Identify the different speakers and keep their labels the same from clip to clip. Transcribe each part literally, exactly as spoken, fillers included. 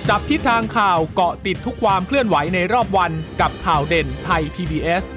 Speaker 1: จับทิศทางข่าวเกาะติดทุกความเคลื่อนไหวในรอบวันกับข่าวเด่นไทย พี บี เอส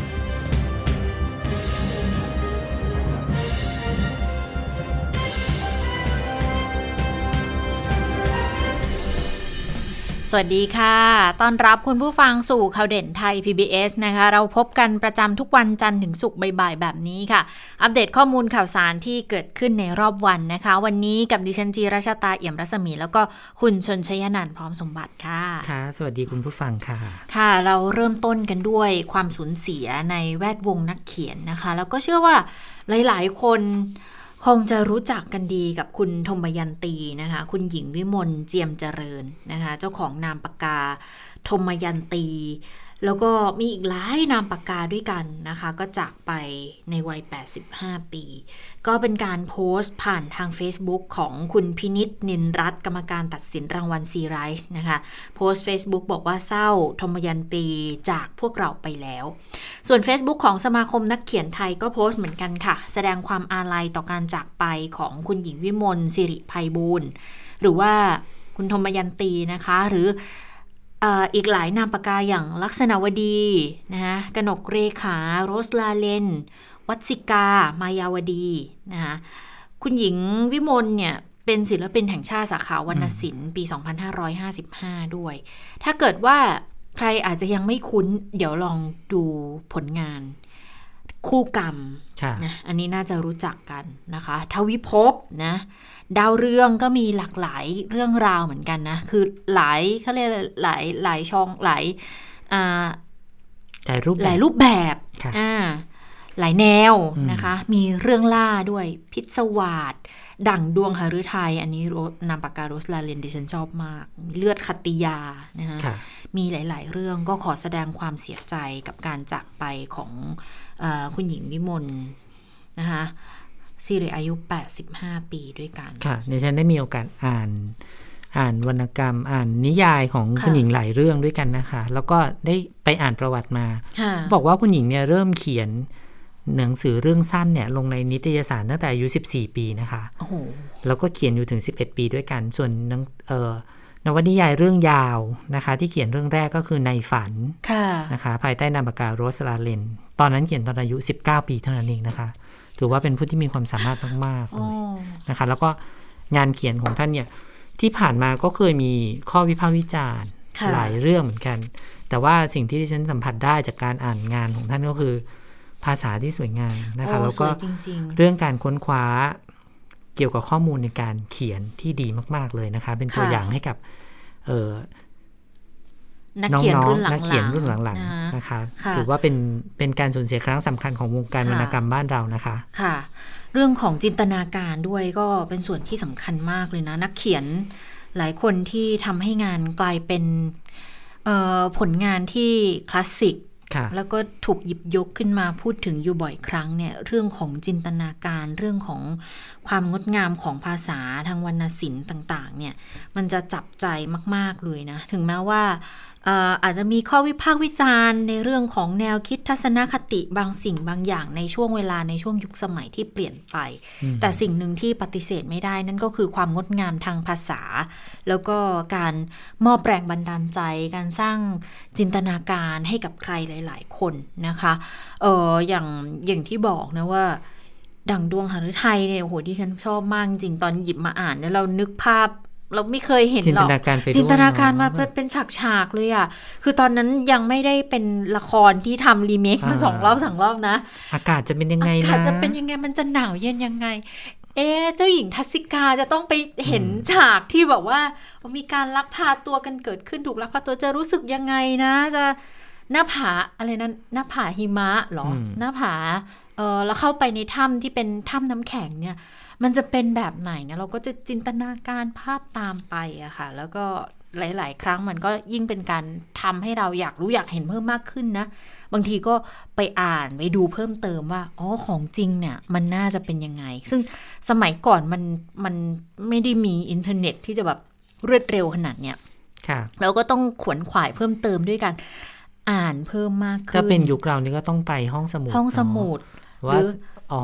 Speaker 2: สวัสดีค่ะต้อนรับคุณผู้ฟังสู่ข่าวเด่นไทย พี บี เอส นะคะเราพบกันประจำทุกวันจันทร์ถึงศุกร์บ่ายๆแบบนี้ค่ะอัปเดตข้อมูลข่าวสารที่เกิดขึ้นในรอบวันนะคะวันนี้กับดิฉันจีราชตาเอี่ยมรัศมีแล้วก็คุณชนชยนันท์พร้อมสมบัติค่ะ
Speaker 3: ค่ะสวัสดีคุณผู้ฟังค่ะ
Speaker 2: ค่ะเราเริ่มต้นกันด้วยความสูญเสียในแวดวงนักเขียนนะคะแล้วก็เชื่อว่าหลายๆคนคงจะรู้จักกันดีกับคุณธมยันตีนะคะคุณหญิงวิมลเจียมเจริญนะคะเจ้าของนามปากกาธมยันตีแล้วก็มีอีกหลายนามปากกาด้วยกันนะคะก็จากไปในวัยแปดสิบห้าปีก็เป็นการโพสต์ผ่านทาง Facebook ของคุณพินิจนินรัตน์กรรมการตัดสินรางวัลซีไรส์นะคะโพสต์ Facebook บอกว่าเศร้าธมยันตีจากพวกเราไปแล้วส่วน Facebook ของสมาคมนักเขียนไทยก็โพสต์เหมือนกันค่ะแสดงความอาลัยต่อการจากไปของคุณหญิงวิมลสิริไพบูลย์หรือว่าคุณธมยันตีนะคะหรืออีกหลายนามปากกาอย่างลักษณวดีนะคะกนกเรขาโรสลาเลนวัสิกามายาวดีนะคะคุณหญิงวิมลเนี่ยเป็นศิลปินแห่งชาติสาขาวรรณศิลป์ปีสองพันห้าร้อยห้าสิบห้าด้วยถ้าเกิดว่าใครอาจจะยังไม่คุ้นเดี๋ยวลองดูผลงานคู่กรรมนะอันนี้น่าจะรู้จักกันนะคะทวิภพนะดาวเรืองก็มีหลากหลายเรื่องราวเหมือนกันนะคือหลายเขาเรียกหลายหลายช่องหลายอ่า
Speaker 3: หลายรูปแบบ
Speaker 2: หลายรูปแบบอ่าหลายแนวนะคะมีเรื่องล่าด้วยพิศวาสดั่งดวงหฤทัยอันนี้นามปากกาโรสลาเลนดิฉันชอบมากมีเลือดขัตติยานะคะมีหลายๆเรื่องก็ขอแสดงความเสียใจกับการจากไปของเอ่อคุณหญิงวิมลนะคะสิริอายุแปดสิบห้าปีด้วยกัน
Speaker 3: ค่ะดิฉันได้มีโอกาสอ่านอ่านวรรณกรรมอ่านนิยายของคุณหญิงหลายเรื่องด้วยกันนะคะแล้วก็ได้ไปอ่านประวัติมาบอกว่าคุณหญิงเนี่ยเริ่มเขียนหนังสือเรื่องสั้นเนี่ยลงในนิตยสารตั้งแต่อายุสิบสี่ปีนะคะโอ้โหแล้วก็เขียนอยู่ถึงสิบเอ็ดปีด้วยกันส่วนเอ่อนวนิยายเรื่องยาวนะคะที่เขียนเรื่องแรกก็คือในฝันนะคะภายใต้นามปากกาโรสลาเลนตอนนั้นเขียนตอนอายุสิบเก้าปีเท่านั้นเองนะคะถือว่าเป็นผู้ที่มีความสามารถมากๆเลยนะคะแล้วก็งานเขียนของท่านเนี่ยที่ผ่านมาก็เคยมีข้อวิพากษ์วิจารณ์หลายเรื่องเหมือนกันแต่ว่าสิ่งที่ดิฉันสัมผัสได้จากการอ่านงานของท่านก็คือภาษาที่สวยงามนะคะแล้วก็เรื่องการค้นคว้าเกี่ยวกับข้อมูลในการเขียนที่ดีมากๆเลยนะคะเป็นตัวอย่างให้กับเอ่อ
Speaker 2: นักเขียนรุ่นหลังๆ
Speaker 3: นักเขียนรุ่นหลังๆนะคะถือว่าเป็นเป็นการสูญเสียครั้งสำคัญของวงการวรรณกรรมบ้านเรานะคะ
Speaker 2: ค่ะเรื่องของจินตนาการด้วยก็เป็นส่วนที่สำคัญมากเลยนะนักเขียนหลายคนที่ทำให้งานกลายเป็นผลงานที่คลาสสิกแล้วก็ถูกหยิบยกขึ้นมาพูดถึงอยู่บ่อยครั้งเนี่ยเรื่องของจินตนาการเรื่องของความงดงามของภาษาทางวรรณศิลป์ต่างๆเนี่ยมันจะจับใจมากๆเลยนะถึงแม้ว่าอาจจะมีข้อวิพากษ์วิจารณ์ในเรื่องของแนวคิดทัศนคติบางสิ่งบางอย่างในช่วงเวลาในช่วงยุคสมัยที่เปลี่ยนไปแต่สิ่งหนึ่งที่ปฏิเสธไม่ได้นั่นก็คือความงดงามทางภาษาแล้วก็การมอบแรงบันดาลใจการสร้างจินตนาการให้กับใครหลายๆคนนะคะเอออย่างอย่างที่บอกนะว่าดั่งดวงหฤทัยเนี่ยโอ้โหที่ฉันชอบมากจริงตอนหยิบมาอ่านเนี่ยเรานึกภาพเราไม่เคยเห็นหรอกจินตนาการมาเป็นฉากๆเลยอ่ะคือตอนนั้นยังไม่ได้เป็นละครที่ทำรีเมคมาสองรอบสองรอบนะ
Speaker 3: อากาศจะเป็นยังไงนะ
Speaker 2: อากาศจะเป็นยังไงมันจะหนาวเย็นยังไงเอ๊ะเจ้าหญิงทัศสิกาจะต้องไปเห็นฉากที่แบบว่ามีการลักพาตัวกันเกิดขึ้นถูกลักพาตัวจะรู้สึกยังไงนะจะหน้าผาอะไรนั้นหน้าผาหิมะหรอหน้าผาเออแล้วเข้าไปในถ้ำที่เป็นถ้ำน้ำแข็งเนี่ยมันจะเป็นแบบไหนนะเราก็จะจินตนาการภาพตามไปอะค่ะแล้วก็หลายๆครั้งมันก็ยิ่งเป็นการทำให้เราอยากรู้อยากเห็นเพิ่มมากขึ้นนะบางทีก็ไปอ่านไปดูเพิ่มเติมว่าอ๋อของจริงเนี่ยมันน่าจะเป็นยังไงซึ่งสมัยก่อนมันมันไม่ได้มีอินเทอร์เน็ตที่จะแบบรวดเร็วขนาดเนี้ยเราก็ต้องขวนขวายเพิ่มเติมด้วยกันอ่านเพิ่มมากขึ้น
Speaker 3: ถ้าเป็นยุคเรานี่ก็ต้องไปห้องสมุด
Speaker 2: ห้องสมุด
Speaker 3: ว่าอ๋อห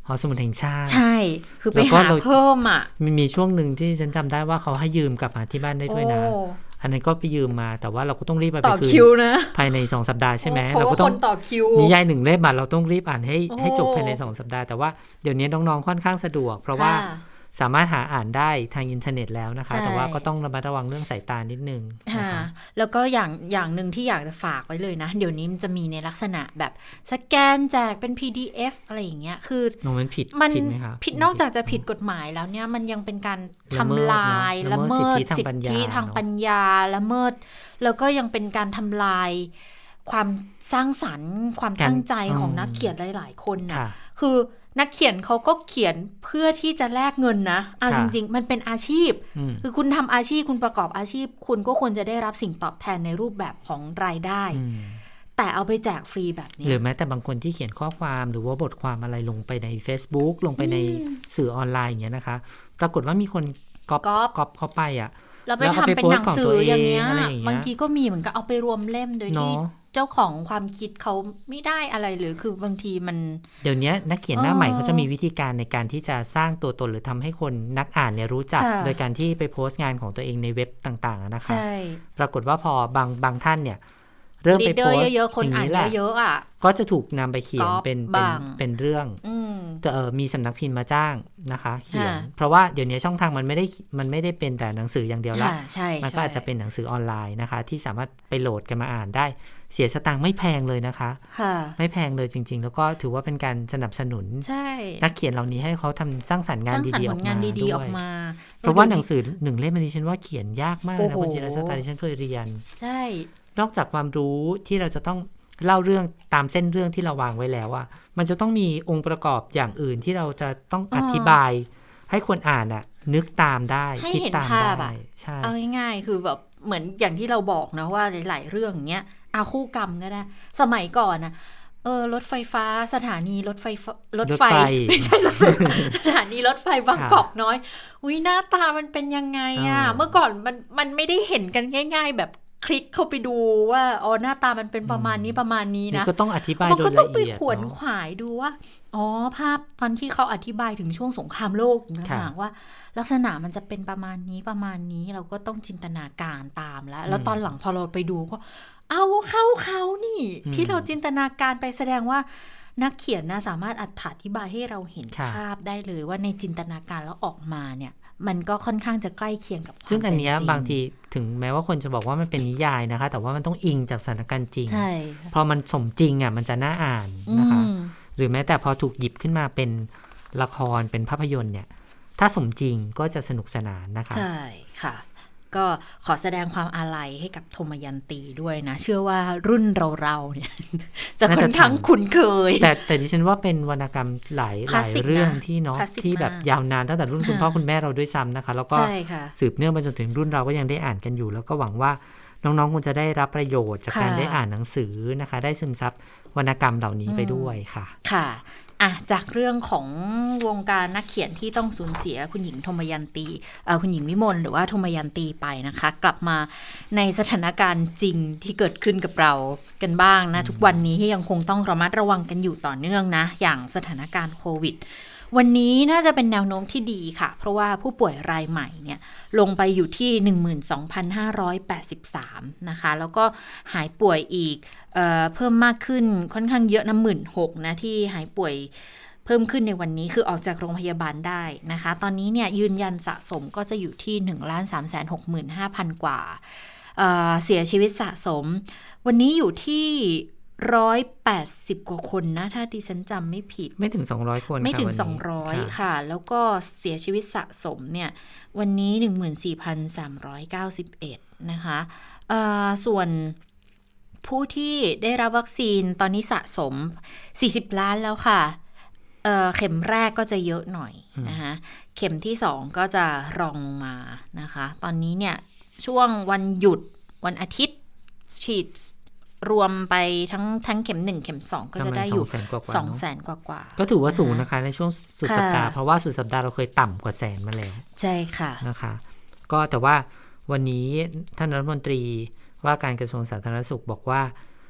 Speaker 3: อสมุดแห่งชาติ
Speaker 2: ใช่คือไปหาเพิ่มอ่ะ
Speaker 3: มีมีช่วงหนึ่งที่ฉันจำได้ว่าเขาให้ยืมกลับมาที่บ้านได้ด้วยนะอันนั้นก็ไปยืมมาแต่ว่าเราก็ต้องรีบไป
Speaker 2: ต่อคิวนะ
Speaker 3: ภายในสองสัปดาห์ใช่ไหม
Speaker 2: เราก็ต้องต่อคิว
Speaker 3: นิยายหนึ่งเล่มเราต้องรีบอ่านให้ให้จบภายในสองสัปดาห์แต่ว่าเดี๋ยวนี้น้องๆค่อนข้างสะดวกเพราะว่าสามารถหาอ่านได้ทางอินเทอร์เน็ตแล้วนะคะแต่ว่าก็ต้องระมัดระวังเรื่องสายตานิดนึง
Speaker 2: นะคะแล้วก็อย่างอย่างนึงที่อยากจะฝากไว้เลยนะเดี๋ยวนี้มันจะมีในลักษณะแบบสแกนแจกเป็น พี ดี เอฟ อะไรอย่างเงี้ยคือ
Speaker 3: มันผิด
Speaker 2: ผิดไหมคะผิดนอกจากจะผิดกฎหมายแล้วเนี่ยมันยังเป็นการทำลายละเมิดสิทธิทางปัญญาละเมิดแล้วก็ยังเป็นการทำลายความสร้างสรรค์ความตั้งใจของนักเขียนหลายๆคนน่ะคือนักเขียนเขาก็เขียนเพื่อที่จะแลกเงินนะเอาจริงๆมันเป็นอาชีพคือคุณทำอาชีพคุณประกอบอาชีพคุณก็ควรจะได้รับสิ่งตอบแทนในรูปแบบของรายได้แต่เอาไปแจกฟรีแบบนี้
Speaker 3: หรือแม้แต่บางคนที่เขียนข้อความหรือว่าบทความอะไรลงไปใน Facebook ลงไปในสื่อออนไลน์อย่างเงี้ยนะคะปรากฏว่ามีคนก๊อปก๊อปเข้าไปอ่ะ
Speaker 2: แล้วไปทำเป็นหนังสืออย่างเงี้ยบางทีก็มีเหมือนกับเอาไปรวมเล่มโดยที่เจ้าของความคิดเขาไม่ได้อะไรหรือคือบางทีมัน
Speaker 3: เดี๋ยวนี้นักเขียนหน้าใหม่เขาจะมีวิธีการในการที่จะสร้างตัวตนหรือทำให้คนนักอ่านเนี่ยรู้จักโดยการที่ไปโพสต์งานของตัวเองในเว็บต่างๆนะคะปรากฏว่าพอบางบางท่านเนี่ยเริ่มไปโพสต์
Speaker 2: เยอะๆคนอ่านเยอะๆอ่ะ
Speaker 3: ก็จะถูกนำไปเขียนเป็นเป็นเป็นเรื่องแต่เออมีสำนักพิมพ์มาจ้างนะคะเขียนเพราะว่าเดี๋ยวนี้ช่องทางมันไม่ได้มันไม่ได้เป็นแต่หนังสืออย่างเดียวละมันก็อาจจะเป็นหนังสือออนไลน์นะคะที่สามารถไปโหลดกันมาอ่านได้เสียสตางค์ไม่แพงเลยนะคะไม่แพงเลยจริงๆแล้วก็ถือว่าเป็นการสนับสนุนนักเขียนเหล่านี้ให้เขาทำสร้างสรรค์งานดีๆออกมาด้วยเพราะว่าหนังสือหนึ่งเล่มนี้ฉันว่าเขียนยากมากนะคุณจิรชาตาที่ฉันเคยเรียน
Speaker 2: ใช่
Speaker 3: นอกจากความรู้ที่เราจะต้องเล่าเรื่องตามเส้นเรื่องที่เราวางไว้แล้วอ่ะมันจะต้องมีองค์ประกอบอย่างอื่นที่เราจะต้องอธิบายให้คนอ่านอ่ะนึกตามได้คิดตามได้ใช่
Speaker 2: เอาง่ายๆคือแบบเหมือนอย่างที่เราบอกนะว่าหลายๆเรื่องอย่างเงี้ยอาคู่กรรมก็ได้สมัยก่อนนะเออรถไฟฟ้าสถานีรถไฟรถไฟไม่ใช่สถานีรถไฟบางกอกน้อยอุ้ยหน้าตามันเป็นยังไงอ่ะเมื่อก่อนมันมันไม่ได้เห็นกันง่ายๆแบบคลิกเข้าไปดูว่าอ๋อหน้าตามันเป็นประมาณนี้ประมาณนี้นะ
Speaker 3: ก็ต้องอธิบายโดยละเอียด
Speaker 2: มันก็ต้องไปขวนขวายดูว่าอ๋อภาพตอนที่เขาอธิบายถึงช่วงสงครามโลกนะว่าลักษณะมันจะเป็นประมาณนี้ประมาณนี้เราก็ต้องจินตนาการตามแล้วแล้วตอนหลังพอเราไปดูก็เอาเข้าเขานี่ที่เราจินตนาการไปแสดงว่านักเขียนนะสามารถอธิบายให้เราเห็นภาพได้เลยว่าในจินตนาการแล้วออกมาเนี่ยมันก็ค่อนข้างจะใกล้เคียงกับความเป็นจริง
Speaker 3: ซึ่งอันนี้บางทีถึงแม้ว่าคนจะบอกว่ามันเป็นนิยายนะคะแต่ว่ามันต้องอิงจากสถานการณ์จริงพอมันสมจริงอ่ะมันจะน่าอ่านนะคะหรือแม้แต่พอถูกหยิบขึ้นมาเป็นละครเป็นภาพยนตร์เนี่ยถ้าสมจริงก็จะสนุกสนานนะคะ
Speaker 2: ใช่ค่ะก็ขอแสดงความอาลัยให้กับโทมยันตีด้วยนะเชื่อว่ารุ่นเราๆเนี่ยจะค่อนข้างคุ้นเคย
Speaker 3: แต่แต่ดิฉันว่าเป็นวรรณกรรมหลายหลายเรื่องที่เนาะที่แบบยาวนานตั้งแต่รุ่นคุณพ่อคุณแม่เราด้วยซ้ำนะคะแล้วก็สืบเนื่องไปจนถึงรุ่นเราก็ยังได้อ่านกันอยู่แล้วก็หวังว่าน้องๆคงจะได้รับประโยชน์จากการได้อ่านหนังสือนะคะได้ซึมซับวรรณกรรมเหล่านี้ไปด้วยค่ะ
Speaker 2: ค่ะอ่ะจากเรื่องของวงการนักเขียนที่ต้องสูญเสียคุณหญิงโทมยันตีเอ่อคุณหญิงวิมลหรือว่าโทมยันตีไปนะคะกลับมาในสถานการณ์จริงที่เกิดขึ้นกับเรากันบ้างนะทุกวันนี้ที่ยังคงต้องระมัดระวังกันอยู่ต่อเนื่องนะอย่างสถานการณ์โควิดวันนี้น่าจะเป็นแนวโน้มที่ดีค่ะเพราะว่าผู้ป่วยรายใหม่เนี่ยลงไปอยู่ที่ หนึ่งหมื่นสองพันห้าร้อยแปดสิบสาม นะคะแล้วก็หายป่วยอีกเอ่อเพิ่มมากขึ้นค่อนข้างเยอะนะ หนึ่งหมื่นหกพัน นะที่หายป่วยเพิ่มขึ้นในวันนี้คือออกจากโรงพยาบาลได้นะคะตอนนี้เนี่ยยืนยันสะสมก็จะอยู่ที่ หนึ่งล้านสามแสนหกหมื่นห้าพัน กว่าเอ่อเสียชีวิตสะสมวันนี้อยู่ที่หนึ่งร้อยแปดสิบกว่าคนนะถ้าดิฉันจำไม่ผิด
Speaker 3: ไม่ถึงสองร้อยคน
Speaker 2: ไม่ถึงสองร้อยค่ะแล้วก็เสียชีวิตสะสมเนี่ยวันนี้ หนึ่งหมื่นสี่พันสามร้อยเก้าสิบเอ็ด นะคะเอ่อส่วนผู้ที่ได้รับวัคซีนตอนนี้สะสมสี่สิบล้านแล้วค่ะเอ่อเข็มแรกก็จะเยอะหน่อยนะคะเข็มที่สองก็จะรองลงมานะคะตอนนี้เนี่ยช่วงวันหยุดวันอาทิตย์ฉีดรวมไปทั้งทั้งเข็มหนึ่งเข็มสองก็จะได้อยู่ สองแสน กว่าๆ
Speaker 3: ก็ถือว่าสูงนะคะในช่วงสุดสัปดาห์เพราะว่าสุดสัปดาห์เราเคยต่ำกว่าแสนมาแล้ว
Speaker 2: ใช่ค่ะ
Speaker 3: นะคะก็แต่ว่าวันนี้ท่านรัฐมนตรีว่าการกระทรวงสาธารณสุขบอกว่า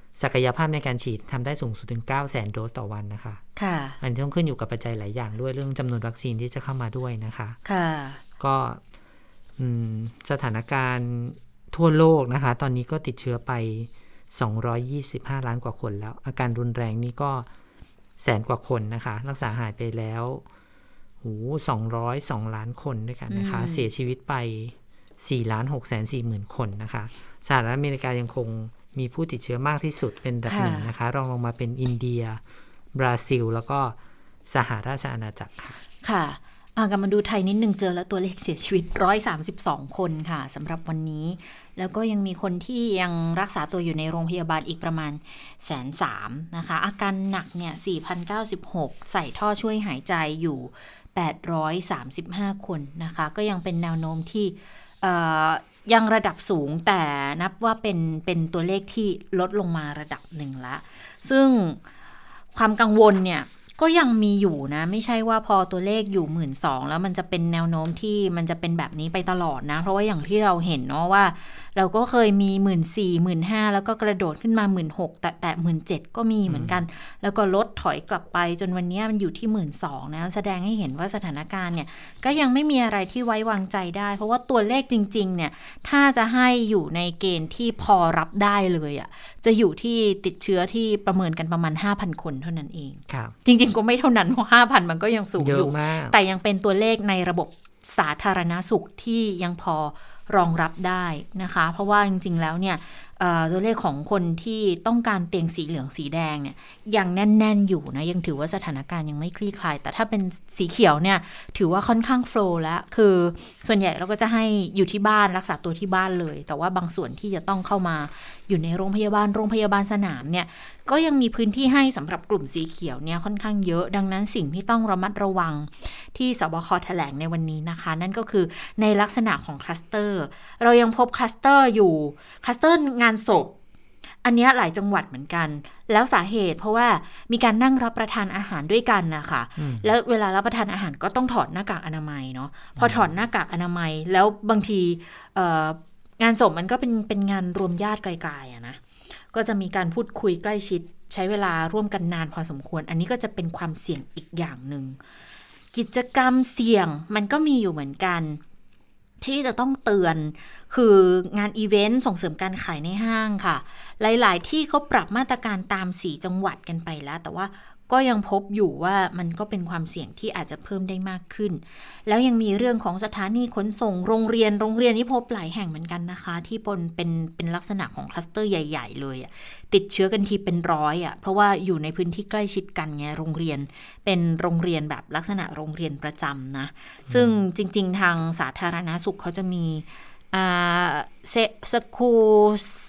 Speaker 3: ศักยภาพในการฉีดทำได้สูงสุดถึง เก้าแสน โดสต่อวันนะคะ
Speaker 2: ค่ะ
Speaker 3: อันนี้ต้องขึ้นอยู่กับปัจจัยหลายอย่างด้วยเรื่องจำนวนวัคซีนที่จะเข้ามาด้วยนะคะ
Speaker 2: ค่ะ
Speaker 3: ก็สถานการณ์ทั่วโลกนะคะตอนนี้ก็ติดเชื้อไปสองร้อยยี่สิบห้าล้านกว่าคนแล้วอาการรุนแรงนี่ก็แสนกว่าคนนะคะรักษาหายไปแล้วโอ้สองร้อยสองล้านคนด้วยกันนะคะเสียชีวิตไปสี่ล้านหกแสนสี่หมื่นคนนะคะสหรัฐอเมริกายังคงมีผู้ติดเชื้อมากที่สุดเป็นอันดับหนึ่งนะคะรองลงมาเป็นอินเดียบราซิลแล้วก็สหราชอาณาจักรค่ะ
Speaker 2: ค่ะกลับมาดูไทยนิดนึงเจอแล้วตัวเลขเสียชีวิตหนึ่งร้อยสามสิบสองคนค่ะสำหรับวันนี้แล้วก็ยังมีคนที่ยังรักษาตัวอยู่ในโรงพยาบาลอีกประมาณแสนสามนะคะอาการหนักเนี่ย สี่พันเก้าสิบหก ใส่ท่อช่วยหายใจอยู่แปดร้อยสามสิบห้าคนนะคะก็ยังเป็นแนวโน้มที่ยังระดับสูงแต่นับว่าเป็นเป็นตัวเลขที่ลดลงมาระดับหนึ่งละซึ่งความกังวลเนี่ยก็ยังมีอยู่นะไม่ใช่ว่าพอตัวเลขอยู่ หนึ่งหมื่นสองพัน แล้วมันจะเป็นแนวโน้มที่มันจะเป็นแบบนี้ไปตลอดนะเพราะว่าอย่างที่เราเห็นเนาะว่าเราก็เคยมี หนึ่งหมื่นสี่พัน หนึ่งหมื่นห้าพัน แล้วก็กระโดดขึ้นมา หนึ่งหมื่นหกพัน แต่แต่ หนึ่งหมื่นเจ็ดพัน ก็มีเหมือนกันแล้วก็ลดถอยกลับไปจนวันนี้มันอยู่ที่ หนึ่งหมื่นสองพัน นะแสดงให้เห็นว่าสถานการณ์เนี่ยก็ยังไม่มีอะไรที่ไว้วางใจได้เพราะว่าตัวเลขจริงๆเนี่ยถ้าจะให้อยู่ในเกณฑ์ที่พอรับได้เลยอ่ะจะอยู่ที่ติดเชื้อที่ประเมินกันประมาณ ห้าพัน คนเท่านั้นเองจริงๆก็ไม่เท่านั้นเพราะ ห้าพัน มันก็ยังสูงอยู่แต่ยังเป็นตัวเลขในระบบสาธารณสุขที่ยังพอรองรับได้นะคะเพราะว่าจริงๆแล้วเนี่ยตัวเลขของคนที่ต้องการเตียงสีเหลืองสีแดงเนี่ยยังแน่นๆอยู่นะยังถือว่าสถานการณ์ยังไม่คลี่คลายแต่ถ้าเป็นสีเขียวเนี่ยถือว่าค่อนข้างโฟลว์แล้วคือส่วนใหญ่เราก็จะให้อยู่ที่บ้านรักษาตัวที่บ้านเลยแต่ว่าบางส่วนที่จะต้องเข้ามาอยู่ในโรงพยาบาลโรงพยาบาลสนามเนี่ยก็ยังมีพื้นที่ให้สำหรับกลุ่มสีเขียวเนี่ยค่อนข้างเยอะดังนั้นสิ่งที่ต้องระมัดระวังที่สบคแถลงในวันนี้นะคะนั่นก็คือในลักษณะของคลัสเตอร์เรายังพบคลัสเตอร์อยู่คลัสเตอร์งานศพอันนี้หลายจังหวัดเหมือนกันแล้วสาเหตุเพราะว่ามีการนั่งรับประทานอาหารด้วยกันนะคะแล้วเวลารับประทานอาหารก็ต้องถอดหน้ากากอนามัยเนาะพอถอดหน้ากากอนามัยแล้วบางทีงานศพมันก็เป็นเป็นงานรวมญาติไกลๆอะนะก็จะมีการพูดคุยใกล้ชิดใช้เวลาร่วมกันนานพอสมควรอันนี้ก็จะเป็นความเสี่ยงอีกอย่างหนึ่งกิจกรรมเสี่ยงมันก็มีอยู่เหมือนกันที่จะต้องเตือนคืองานอีเวนต์ส่งเสริมการขายในห้างค่ะหลายๆที่เขาปรับมาตรการตามสี่จังหวัดกันไปแล้วแต่ว่าก็ยังพบอยู่ว่ามันก็เป็นความเสี่ยงที่อาจจะเพิ่มได้มากขึ้นแล้วยังมีเรื่องของสถานีขนส่งโรงเรียนโรงเรียนที่พบหลายแห่งเหมือนกันนะคะที่ปนเป็นเป็นลักษณะของคลัสเตอร์ใหญ่ๆเลยติดเชื้อกันทีเป็นร้อยอ่ะเพราะว่าอยู่ในพื้นที่ใกล้ชิดกันไงโรงเรียนเป็นโรงเรียนแบบลักษณะโรงเรียนประจำนะซึ่งจริงๆทางสาธารณสุขเขาจะมีอ่าสคูล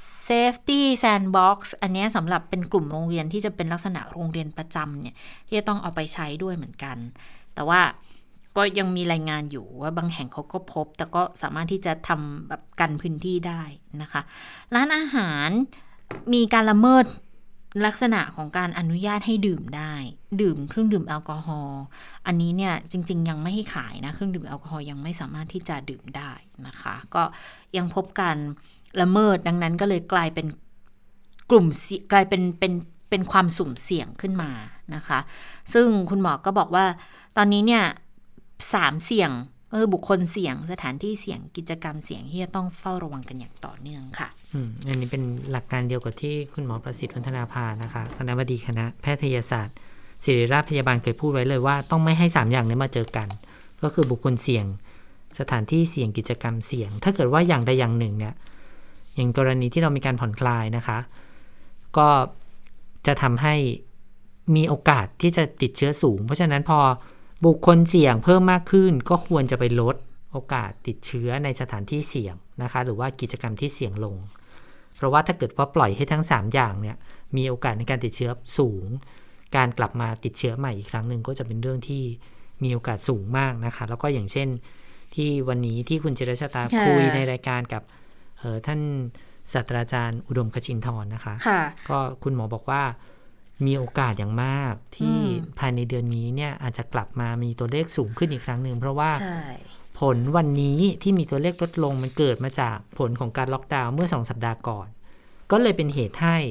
Speaker 2: Safety Sandbox อันนี้สำหรับเป็นกลุ่มโรงเรียนที่จะเป็นลักษณะโรงเรียนประจำเนี่ยที่จะต้องเอาไปใช้ด้วยเหมือนกันแต่ว่าก็ยังมีรายงานอยู่ว่าบางแห่งเขาก็พบแต่ก็สามารถที่จะทำแบบกันพื้นที่ได้นะคะร้านอาหารมีการละเมิดลักษณะของการอนุญาตให้ดื่มได้ดื่มเครื่องดื่มแอลกอฮอล์อันนี้เนี่ยจริงๆยังไม่ให้ขายนะเครื่องดื่มแอลกอฮอล์ยังไม่สามารถที่จะดื่มได้นะคะก็ยังพบการละเมิดดังนั้นก็เลยกลายเป็นกลุ่มกลายเป็นเป็นเป็นความสุ่มเสี่ยงขึ้นมานะคะซึ่งคุณหมอก็บอกว่าตอนนี้เนี่ยสามเสี่ยงก็คือบุคคลเสี่ยงสถานที่เสี่ยงกิจกรรมเสี่ยงที่จะต้องเฝ้าระวังกันอย่างต่อเนื่องค่ะ
Speaker 3: อืมอันนี้เป็นหลักการเดียวกับที่คุณหมอประสิทธิ์วัฒนาภานะคะคณบดีคณะแพทยศาสตร์ศิริราชพยาบาลเคยพูดไว้เลยว่าต้องไม่ให้สามอย่างนี้มาเจอกันก็คือบุคคลเสี่ยงสถานที่เสี่ยงกิจกรรมเสี่ยงถ้าเกิดว่าอย่างใดอย่างหนึ่งเนี่ยอย่างกรณีที่เรามีการผ่อนคลายนะคะก็จะทำให้มีโอกาสที่จะติดเชื้อสูงเพราะฉะนั้นพอบุคคลเสี่ยงเพิ่มมากขึ้นก็ควรจะไปลดโอกาสติดเชื้อในสถานที่เสี่ยงนะคะหรือว่ากิจกรรมที่เสี่ยงลงเพราะว่าถ้าเกิดว่าปล่อยให้ทั้งสามอย่างเนี่ยมีโอกาสในการติดเชื้อสูงการกลับมาติดเชื้อใหม่อีกครั้งหนึ่งก็จะเป็นเรื่องที่มีโอกาสสูงมากนะคะแล้วก็อย่างเช่นที่วันนี้ที่คุณจิรชตาคุยในรายการกับท่านศาสตราจารย์อุดมคชินทร์นะคะก็คุณหมอบอกว่ามีโอกาสอย่างมากที่ภายในเดือนนี้เนี่ยอาจจะกลับมามีตัวเลขสูงขึ้นอีกครั้งหนึ่งเพราะว่าผลวันนี้ที่มีตัวเลขลดลงมันเกิดมาจากผลของการล็อกดาวน์เมื่อสองสัปดาห์ก่อนก็เลยเป็นเหตุให้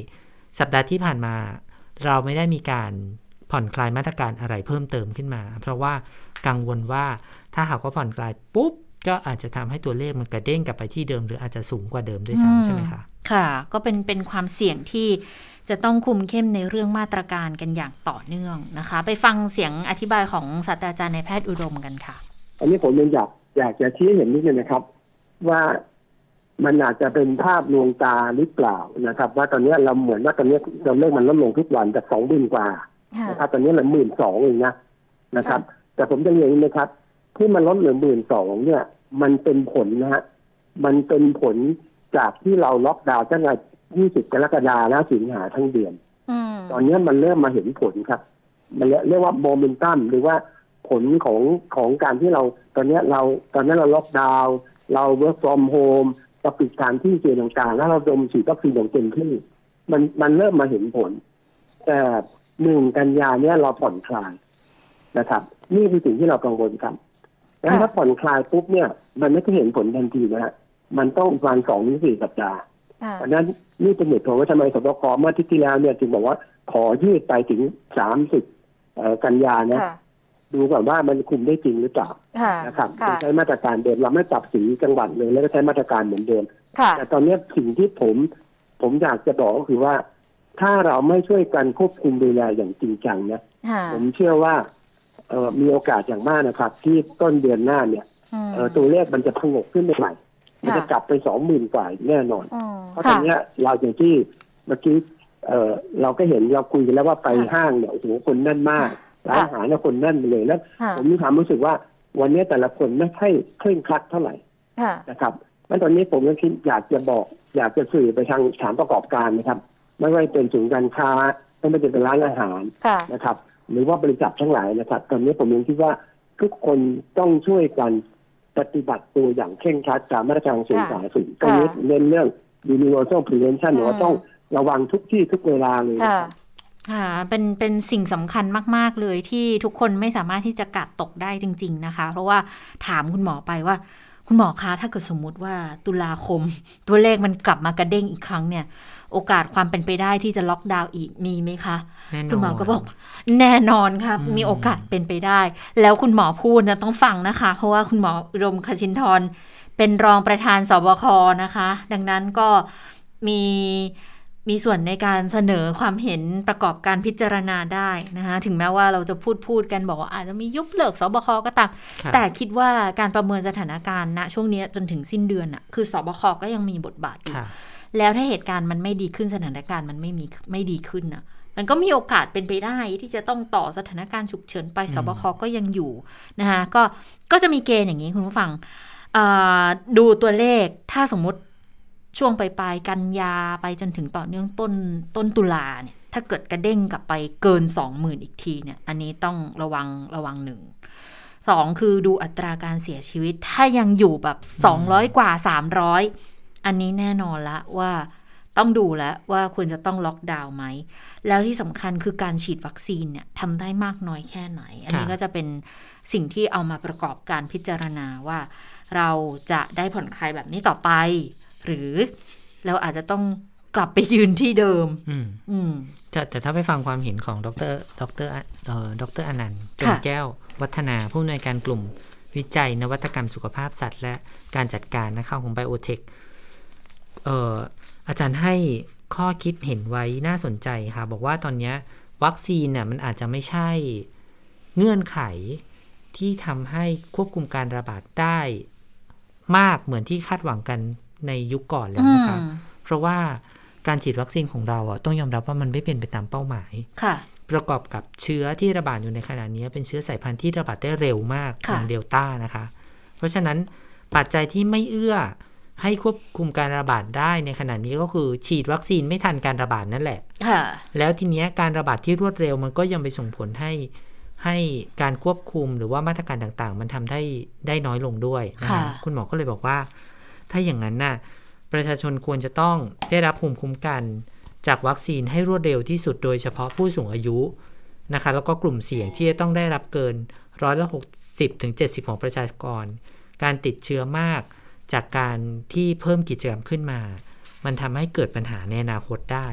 Speaker 3: สัปดาห์ที่ผ่านมาเราไม่ได้มีการผ่อนคลายมาตรการอะไรเพิ่มเติมขึ้นมาเพราะว่ากังวลว่าถ้าหากว่าผ่อนคลายปุ๊บก็อาจจะทำให้ตัวเลขมันกระเด้งกลับไปที่เดิมหรืออาจจะสูงกว่าเดิมด้วยซ้ำใช่ไหมคะ
Speaker 2: ค่ะก็เป็นเป็นความเสี่ยงที่จะต้องคุมเข้มในเรื่องมาตรการกันอย่างต่อเนื่องนะคะไปฟังเสียงอธิบายของศาสตราจารย์นายแพทย์อุดมกันค่ะ
Speaker 4: อันนี้ผมยังอยากอยากจะชี้เห็นนิดนึงนะครับว่ามันอาจจะเป็นภาพลวงตาหรือเปล่านะครับว่าตอนนี้เราเหมือนว่าตอนนี้เราเลขมันลดลงทุกวันจากสองหมื่นกว่านะครับตอนนี้เหลือหมื่นสองเองนะนะครับแต่ผมจะเรียนนะครับที่มันลดเหลือหมื่นสองเนี่ยมันเป็นผลนะฮะมันเป็นผลจากที่เราล็อกดาวน์ตั้งแต่ยี่สิบกรกฎาคมแล้วสิงหาทั้งเดือนตอนนี้มันเริ่มมาเห็นผลครับมันเรียกว่าโมเมนตัมหรือว่าผลของของการที่เราตอนนี้เราตอนนี้เราล็อกดาวน์เราเวิร์กฟรอมโฮมเราปิดการที่เสี่ยงต่างๆแล้วเราดมฉีดวัคซีนอย่างเต็มที่มันมันเริ่มมาเห็นผลแต่หนึ่งกันยาเนี่ยเราผ่อนคลายนะครับนี่คือสิ่งที่เรากังวลครับแล้วถ้าผ่อนคลายปุ๊บเนี่ยมันไม่ได้เห็นผลทันทีนะฮะมันต้องประมาณสองถึงสี่สัปดาห์เพราะนั้นนี่เป็นเหตุผลว่าทำไมสบคเมื่อที่ที่แล้วเนี่ยจึงบอกว่าขอยืดไปถึงสามสิบกันยานะดูก่อนว่ามันคุมได้จริงหรือเปล่านะครับใช้มาตรการเดิมเราไม่ปรับสีจังหวัดเลยแล้วก็ใช้มาตรการเหมือนเดิมแต่ตอนนี้สิ่งที่ผมผมอยากจะบอกก็คือว่าถ้าเราไม่ช่วยกันควบคุมดูแลอย่างจริงจังนะผมเชื่อว่าเอ่อมีโอกาสอย่างมากนะครับที่ต้นเดือนหน้าเนี่ยเอ่อตัวเลขมันจะพงกขึ้นใหม่มันจะกลับไปสองหมื่นกว่าแน่นอนเพราะตอนนี้เราอย่างที่เมื่อกี้เอ่อเราก็เห็นเราคุยกันแล้วว่าไปห้างเนี่ยโอ้โหคนแน่นมากร้านอาหารเนี่ยคนแน่นเลยแล้วผมมีความรู้สึกว่าวันนี้แต่ละคนไม่ค่อยเคร่งครัดเท่าไหร่นะครับแล้วตอนนี้ผมก็คิดอยากจะบอกอยากจะสื่อไปทางสถานประกอบการนะครับไม่ว่าเป็นศูนย์การค้าไม่ว่าจะเป็นร้านอาหารนะครับหรือว่าบริษัททั้งหลายนะครับตอนนี้ผมยังคิดว่าทุกคนต้องช่วยกันปฏิบัติตัวอย่างเคร่งครัดตามมาตรการกระทรวงสาธารณสุขตรงนี้เน้นเรื่อง universal prevention ว่าต้องระวังทุกที่ทุกเวลาเลยนะครับ
Speaker 2: ค่ะเป็นเป็นสิ่งสำคัญมากๆเลยที่ทุกคนไม่สามารถที่จะกัดตกได้จริงๆนะคะเพราะว่าถามคุณหมอไปว่าคุณหมอคะถ้าเกิดสมมุติว่าตุลาคมตัวเลขมันกลับมากระเด้งอีกครั้งเนี่ยโอกาสความเป็นไปได้ที่จะล็อกดาวน์อีกมีไหมคะคุณหมอก็บอกแน่นอนค่ะมีโอกาสเป็นไปได้แล้วคุณหมอพูดนะต้องฟังนะคะเพราะว่าคุณหมออุดมคชินทร์เป็นรองประธานสบคนะคะดังนั้นก็มีมีส่วนในการเสนอความเห็นประกอบการพิจารณาได้นะคะถึงแม้ว่าเราจะพูดพูดกันบอกว่าอาจจะมียุบเลิกสบคก็ตามแต่คิดว่าการประเมินสถานการณ์ณช่วงนี้จนถึงสิ้นเดือนน่ะคือสบคก็ยังมีบทบาทอยู่แล้วถ้าเหตุการณ์มันไม่ดีขึ้นสถานการณ์มันไม่มีไม่ดีขึ้นน่ะมันก็มีโอกาสเป็นไปได้ที่จะต้องต่อสถานการณ์ฉุกเฉินไปสบคก็ยังอยู่นะคะก็ก็จะมีเกณฑ์อย่างนี้คุณผู้ฟังดูตัวเลขถ้าสมมติช่วงปลายๆกันยาไปจนถึงต่อเนื่องต้นต้นตุลาเนี่ยถ้าเกิดกระเด้งกลับไปเกิน สองหมื่น อีกทีเนี่ยอันนี้ต้องระวังระวังหนึ่งสองคือดูอัตราการเสียชีวิตถ้ายังอยู่แบบสองร้อยกว่าสามร้อยอันนี้แน่นอนละว่าต้องดูแล้วว่าควรจะต้องล็อกดาวน์ไหมแล้วที่สำคัญคือการฉีดวัคซีนเนี่ยทำได้มากน้อยแค่ไหนอันนี้ก็จะเป็นสิ่งที่เอามาประกอบการพิจารณาว่าเราจะได้ผ่อนคลายแบบนี้ต่อไปหรือเราอาจจะต้องกลับไปยืนที่เดิม
Speaker 3: อืมอืมแต่แต่ถ้าไปฟังความเห็นของดรดรเอ่อดรอนันต์เจริญแก้ววัฒนาผู้อำนวยการกลุ่มวิจัยนวัตกรรมสุขภาพสัตว์และการจัดการนะคะของ Biotech เอ่ออาจารย์ให้ข้อคิดเห็นไว้น่าสนใจค่ะบอกว่าตอนนี้วัคซีนน่ะมันอาจจะไม่ใช่เงื่อนไขที่ทำให้ควบคุมการระบาดได้มากเหมือนที่คาดหวังกันในยุคก่อนแล้วนะคะเพราะว่าการฉีดวัคซีนของเราอ่ะต้องยอมรับว่ามันไม่เป็นไปตามเป้าหมายประกอบกับเชื้อที่ระบาดอยู่ในขณะนี้เป็นเชื้อสายพันธุ์ที่ระบาดได้เร็วมากอย่างเดลต้านะคะเพราะฉะนั้นปัจจัยที่ไม่เอื้อให้ควบคุมการระบาดได้ในขณะนี้ก็คือฉีดวัคซีนไม่ทันการระบาดนั่นแหละแล้วทีนี้การระบาดที่รวดเร็วมันก็ยังไปส่งผลให้ให้การควบคุมหรือว่ามาตรการต่างๆมันทำได้ได้น้อยลงด้วยนะคะคุณหมอก็เลยบอกว่าถ้าอย่างนั้นน่ะประชาชนควรจะต้องได้รับภูมิคุ้มกันจากวัคซีนให้รวดเร็วที่สุดโดยเฉพาะผู้สูงอายุนะคะแล้วก็กลุ่มเสี่ยงที่จะต้องได้รับเกินร้อยละหกสิบถึงเจ็ดสิบของประชากรการติดเชื้อมากจากการที่เพิ่มกิจกรรมขึ้นมามันทำให้เกิดปัญหาในอนาคตได้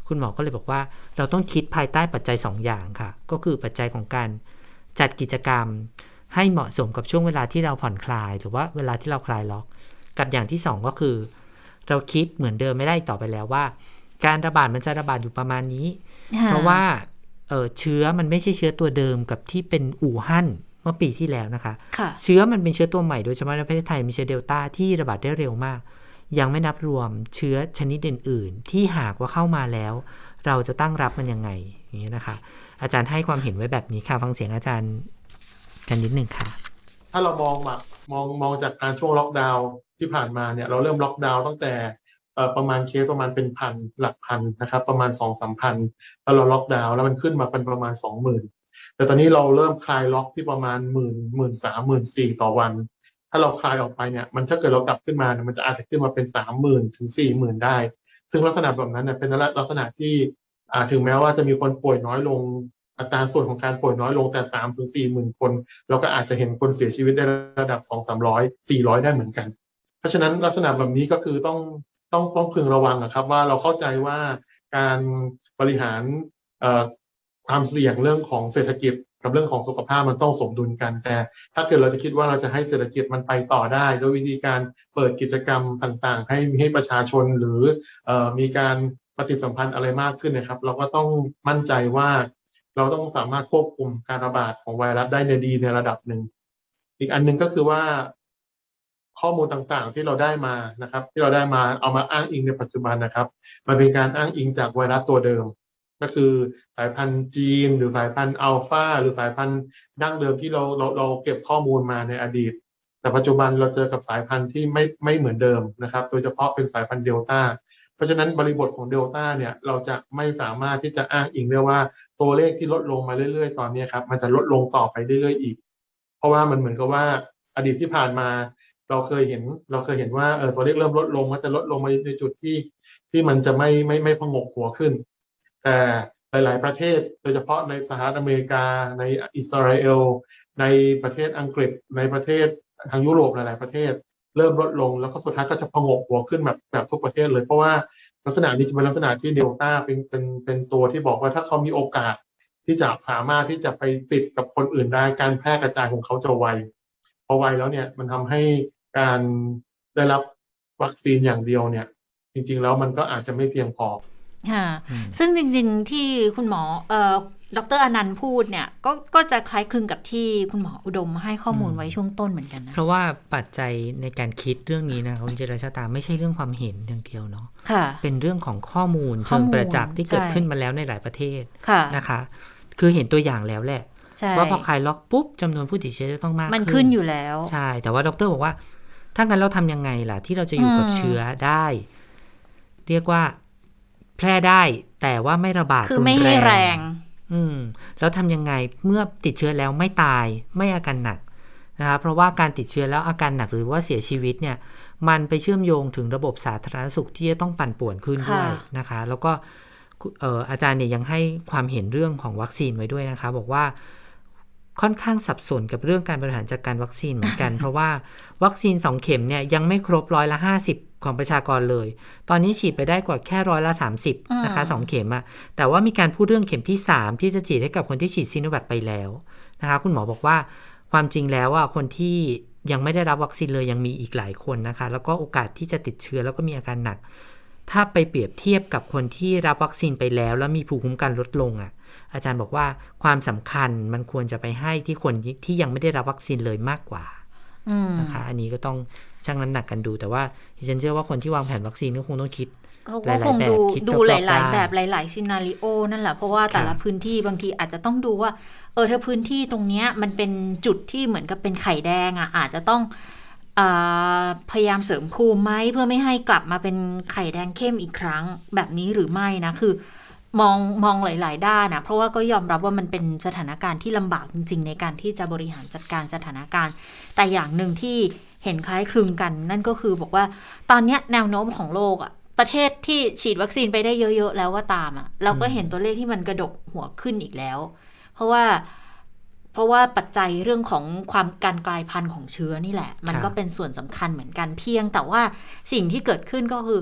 Speaker 3: คุณหมอก็เลยบอกว่าเราต้องคิดภายใต้ปัจจัยสองอย่างค่ะก็คือปัจจัยของการจัดกิจกรรมให้เหมาะสมกับช่วงเวลาที่เราผ่อนคลายหรือว่าเวลาที่เราคลายล็อกกับอย่างที่สองก็คือเราคิดเหมือนเดิมไม่ได้ต่อไปแล้วว่าการระบาดมันจะระบาดอยู่ประมาณนี้เพราะว่าเอ่อเชื้อมันไม่ใช่เชื้อตัวเดิมกับที่เป็นอู่ฮั่นเมื่อปีที่แล้วนะคะเชื้อมันเป็นเชื้อตัวใหม่โดยเฉพาะในประเทศไทยมีเชื้อเดลต้าที่ระบาดได้เร็วมากยังไม่นับรวมเชื้อชนิดอื่นๆที่หากว่าเข้ามาแล้วเราจะตั้งรับมันยังไงอย่างนี้นะคะอาจารย์ให้ความเห็นไว้แบบนี้ค่ะฟังเสียงอาจารย์กันนิดหนึ่งค่ะ
Speaker 5: ถ้าเรามองแบบมองมองจากการช่วงล็อกดาวน์ที่ผ่านมาเนี่ยเราเริ่มล็อกดาวน์ตั้งแต่ประมาณเคสประมาณเป็นพันหลักพันนะครับประมาณ สองถึงสามพัน แล้วเราล็อกดาวน์แล้วมันขึ้นมาเป็นประมาณ สองหมื่น แต่ตอนนี้เราเริ่มคลายล็อกที่ประมาณ หนึ่งหมื่น หนึ่งหมื่นสาม หนึ่งหมื่นสี่ ต่อวันถ้าเราคลายออกไปเนี่ยมันถ้าเกิดเรากลับขึ้นมาเนี่ยมันจะอาจจะขึ้นมาเป็น สามหมื่น ถึง สี่หมื่น ได้ซึ่งลักษณะแบบนั้นเนี่ยเป็นลักษณะที่ถึงแม้ว่าจะมีคนป่วยน้อยลงอัตราส่วนของการป่วยน้อยลงแต่ สามถึงสี่หมื่น คนเราก็อาจจะเห็นคนเสียชีวิตได้ระดับ สองถึงสามร้อย สี่ร้อยได้เหมือนกันเพราะฉะนั้นลักษณะแบบนี้ก็คือต้องต้องต้องพึงระวังครับว่าเราเข้าใจว่าการบริหารความเสี่ยงเรื่องของเศรษฐกิจกับเรื่องของสุขภาพมันต้องสมดุลกันแต่ถ้าเกิดเราจะคิดว่าเราจะให้เศรษฐกิจมันไปต่อได้โดยวิธีการเปิดกิจกรรมต่างๆให้ให้ประชาชนหรือมีการปฏิสัมพันธ์อะไรมากขึ้นนะครับเราก็ต้องมั่นใจว่าเราต้องสามารถควบคุมการระบาดของไวรัสได้ในดีในระดับหนึ่งอีกอันนึงก็คือว่าข้อมูลต่างๆที่เราได้มานะครับที่เราได้มาเอามาอ้างอิงในปัจจุบันนะครับมันเป็นการอ้างอิงจากไวรัสตัวเดิมก็คือสายพันธุ์จีนหรือสายพันธุ์อัลฟาหรือสายพันธุ์ดั้งเดิมที่เราเราเราเก็บข้อมูลมาในอดีตแต่ปัจจุบันเราเจอกับสายพันธุ์ที่ไม่ไม่เหมือนเดิมนะครับโดยเฉพาะเป็นสายพันธุ์เดลต้าเพราะฉะนั้นบริบทของเดลต้าเนี่ยเราจะไม่สามารถที่จะอ้างอิงได้ว่าตัวเลขที่ลดลงมาเรื่อยๆตอนนี้ครับมันจะลดลงต่อไปเรื่อยๆอีกเพราะว่ามันเหมือนกับว่าอดีตที่ผ่านมาเราเคยเห็นเราเคยเห็นว่าเออตัวเลขเริ่มลดลงมันจะลดลงมาในจุดที่ที่มันจะไม่ไม่ไม่พงกหัวขึ้นแต่หลายๆประเทศโดยเฉพาะในสหรัฐอเมริกาในอิสราเอลในประเทศอังกฤษในประเทศทางยุโรปหลายๆประเทศเริ่มลดลงแล้วก็สุดท้ายก็จะพงกหัวขึ้นแบบแบบทุกประเทศเลยเพราะว่าลักษณะนี้จะเป็นลักษณะที่เดลต้าเป็นเป็นเป็นตัวที่บอกว่าถ้าเขามีโอกาสที่จะสามารถที่จะไปติดกับคนอื่นได้การแพร่กระจายของเขาจะไวพอไวแล้วเนี่ยมันทำให้การได้รับวัคซีนอย่างเดียวเนี่ยจริงๆแล้วมันก็อาจจะไม่เพียงพอ
Speaker 2: ค่ะซึ่งจริงๆที่คุณหมอเอ่อดร.อนันต์พูดเนี่ยก็ก็จะคล้ายคลึงกับที่คุณหมออุดมให้ข้อมูลไว้ช่วงต้นเหมือนกันนะ
Speaker 3: เพราะว่าปัจจัยในการคิดเรื่องนี้นะคุณเจริญชะตาไม่ใช่เรื่องความเห็นอย่างเดียวเนาะเป็นเรื่องของข้อมูลเชิงประจักษ์ที่เกิดขึ้นมาแล้วในหลายประเทศนะคะคือเห็นตัวอย่างแล้วแหละว่าพอคลายล็อกปุ๊บจำนวนผู้ติดเชื้อจะต้องมากขึ้น
Speaker 2: มันขึ้นอยู่แล้ว
Speaker 3: ใช่แต่ว่าดร.บอกว่าถ้างั้นเราทำยังไงล่ะที่เราจะอยู่กับเชื้อได้เรียกว่าแพร่ได้แต่ว่าไม่ระบาดรุนแรงคือไม่ให้แรงอืมแล้วทำยังไงเมื่อติดเชื้อแล้วไม่ตายไม่อาการหนักนะคะเพราะว่าการติดเชื้อแล้วอาการหนักหรือว่าเสียชีวิตเนี่ยมันไปเชื่อมโยงถึงระบบสาธารณสุขที่จะต้องปั่นป่วนขึ้นด้วยนะคะแล้วก็เอ่ออาจารย์เนี่ยยังให้ความเห็นเรื่องของวัคซีนไว้ด้วยนะคะบอกว่าค่อนข้างสับสนกับเรื่องการบริหารจัดการวัคซีนเหมือนกัน เพราะว่าวัคซีนสองเข็มเนี่ยยังไม่ครบร้อยละห้าสิบของประชากรเลยตอนนี้ฉีดไปได้กว่าแค่ร้อยละสามสิบนะคะสองเข็มอะแต่ว่ามีการพูดเรื่องเข็มที่สามที่จะฉีดให้กับคนที่ฉีดซิโนแวคไปแล้วนะคะคุณหมอบอกว่าความจริงแล้วอ่ะคนที่ยังไม่ได้รับวัคซีนเลยยังมีอีกหลายคนนะคะแล้วก็โอกาสที่จะติดเชื้อแล้วก็มีอาการหนักถ้าไปเปรียบเทียบกับคนที่รับวัคซีนไปแล้วแล้วมีภูมิคุ้มกันลดลงอ่ะอาจารย์บอกว่าความสำคัญมันควรจะไปให้ที่คนที่ยังไม่ได้รับวัคซีนเลยมากกว่านะคะอันนี้ก็ต้องชั่งน้ำหนักกันดูแต่ว่าดิฉันเชื่อว่าคนที่วางแผนวัคซีนก็คงต้องคิดหลายๆแบบคิด
Speaker 2: ดูหลายๆแบบหลายๆซีนาริโอนั่นแหละเพราะว่าแต่ละพื้นที่บางทีอาจจะต้องดูว่าเออถ้าพื้นที่ตรงนี้มันเป็นจุดที่เหมือนกับเป็นไข่แดงอ่ะอาจจะต้องพยายามเสริมภูมิไหมเพื่อไม่ให้กลับมาเป็นไข่แดงเข้มอีกครั้งแบบนี้หรือไม่นะคือมองมองหลายๆด้านนะเพราะว่าก็ยอมรับว่ามันเป็นสถานการณ์ที่ลำบากจริงๆในการที่จะบริหารจัดการสถานการณ์แต่อย่างหนึ่งที่เห็นคล้ายคลึงกันนั่นก็คือบอกว่าตอนนี้แนวโน้มของโลกอ่ะประเทศที่ฉีดวัคซีนไปได้เยอะๆแล้วก็ตามอ่ะเราก็เห็นตัวเลขที่มันกระดกหัวขึ้นอีกแล้วเพราะว่าเพราะว่าปัจจัยเรื่องของความการกลายพันธุ์ของเชื้อนี่แหละมันก็เป็นส่วนสำคัญเหมือนกันเพียงแต่ว่าสิ่งที่เกิดขึ้นก็คือ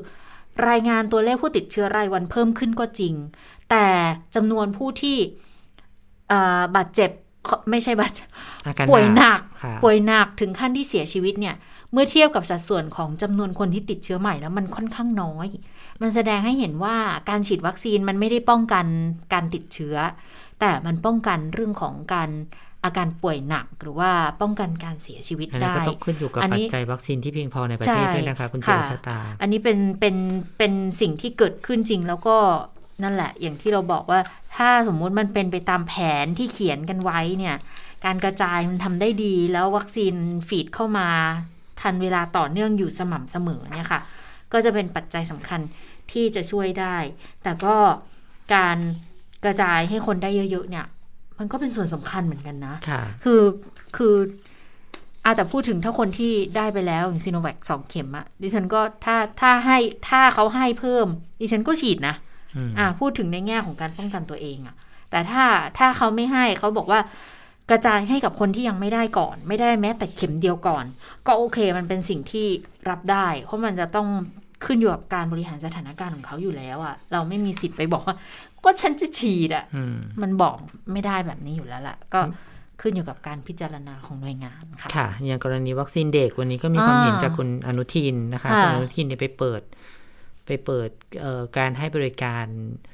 Speaker 2: รายงานตัวเลขผู้ติดเชื้อรายวันเพิ่มขึ้นก็จริงแต่จำนวนผู้ที่บาดเจ็บไม่ใช่บาดเจ็บป่วยหนักป่วยหนักถึงขั้นที่เสียชีวิตเนี่ยเมื่อเทียบกับสัดส่วนของจำนวนคนที่ติดเชื้อใหม่แล้วมันค่อนข้างน้อยมันแสดงให้เห็นว่าการฉีดวัคซีนมันไม่ได้ป้องกันการติดเชื้อแต่มันป้องกันเรื่องของการอาการป่วยหนักหรือว่าป้องกันการเสียชีวิตได้
Speaker 3: อันนี้ก็ต้องขึ้นอยู่กับปัจจัยวัคซีนที่เพียงพอในประเทศด้วยนะคะคุณเจษฎา
Speaker 2: อันนี้เป็นเป็นเป็นสิ่งที่เกิดขึ้นจริงแล้วก็นั่นแหละอย่างที่เราบอกว่าถ้าสมมุติมันเป็นไปตามแผนที่เขียนกันไว้เนี่ยการกระจายมันทำได้ดีแล้ววัคซีนฟีดเข้ามาทันเวลาต่อเนื่องอยู่สม่ำเสมอเนี่ยค่ะก็จะเป็นปัจจัยสำคัญที่จะช่วยได้แต่ก็การกระจายให้คนได้เยอะๆเนี่ยมันก็เป็นส่วนสำคัญเหมือนกันนะคือคืออาจจะพูดถึงถ้าคนที่ได้ไปแล้วอย่างซีโนแวคสองเข็มอะดิฉันก็ถ้าถ้าให้ถ้าเขาให้เพิ่มดิฉันก็ฉีดนะอ่าพูดถึงในแง่ของการป้องกันตัวเองอะแต่ถ้าถ้าเขาไม่ให้เขาบอกว่ากระจายให้กับคนที่ยังไม่ได้ก่อนไม่ได้แม้แต่เข็มเดียวก่อนก็โอเคมันเป็นสิ่งที่รับได้เพราะมันจะต้องขึ้นอยู่กับการบริหารสถานการณ์ของเขาอยู่แล้วอะเราไม่มีสิทธิ์ไปบอกว่าก็ฉันจะฉีดอะมันบอกไม่ได้แบบนี้อยู่แล้วล่ะก็ขึ้นอยู่กับการพิจารณาของหน่วยงานค่ะ
Speaker 3: ค่ะอย่างกรณีวัคซีนเด็กวันนี้ก็มีความเห็นจากคุณอนุทินนะคะคุณอนุทินเนี่ยไปเปิดไปเปิดการให้บริการ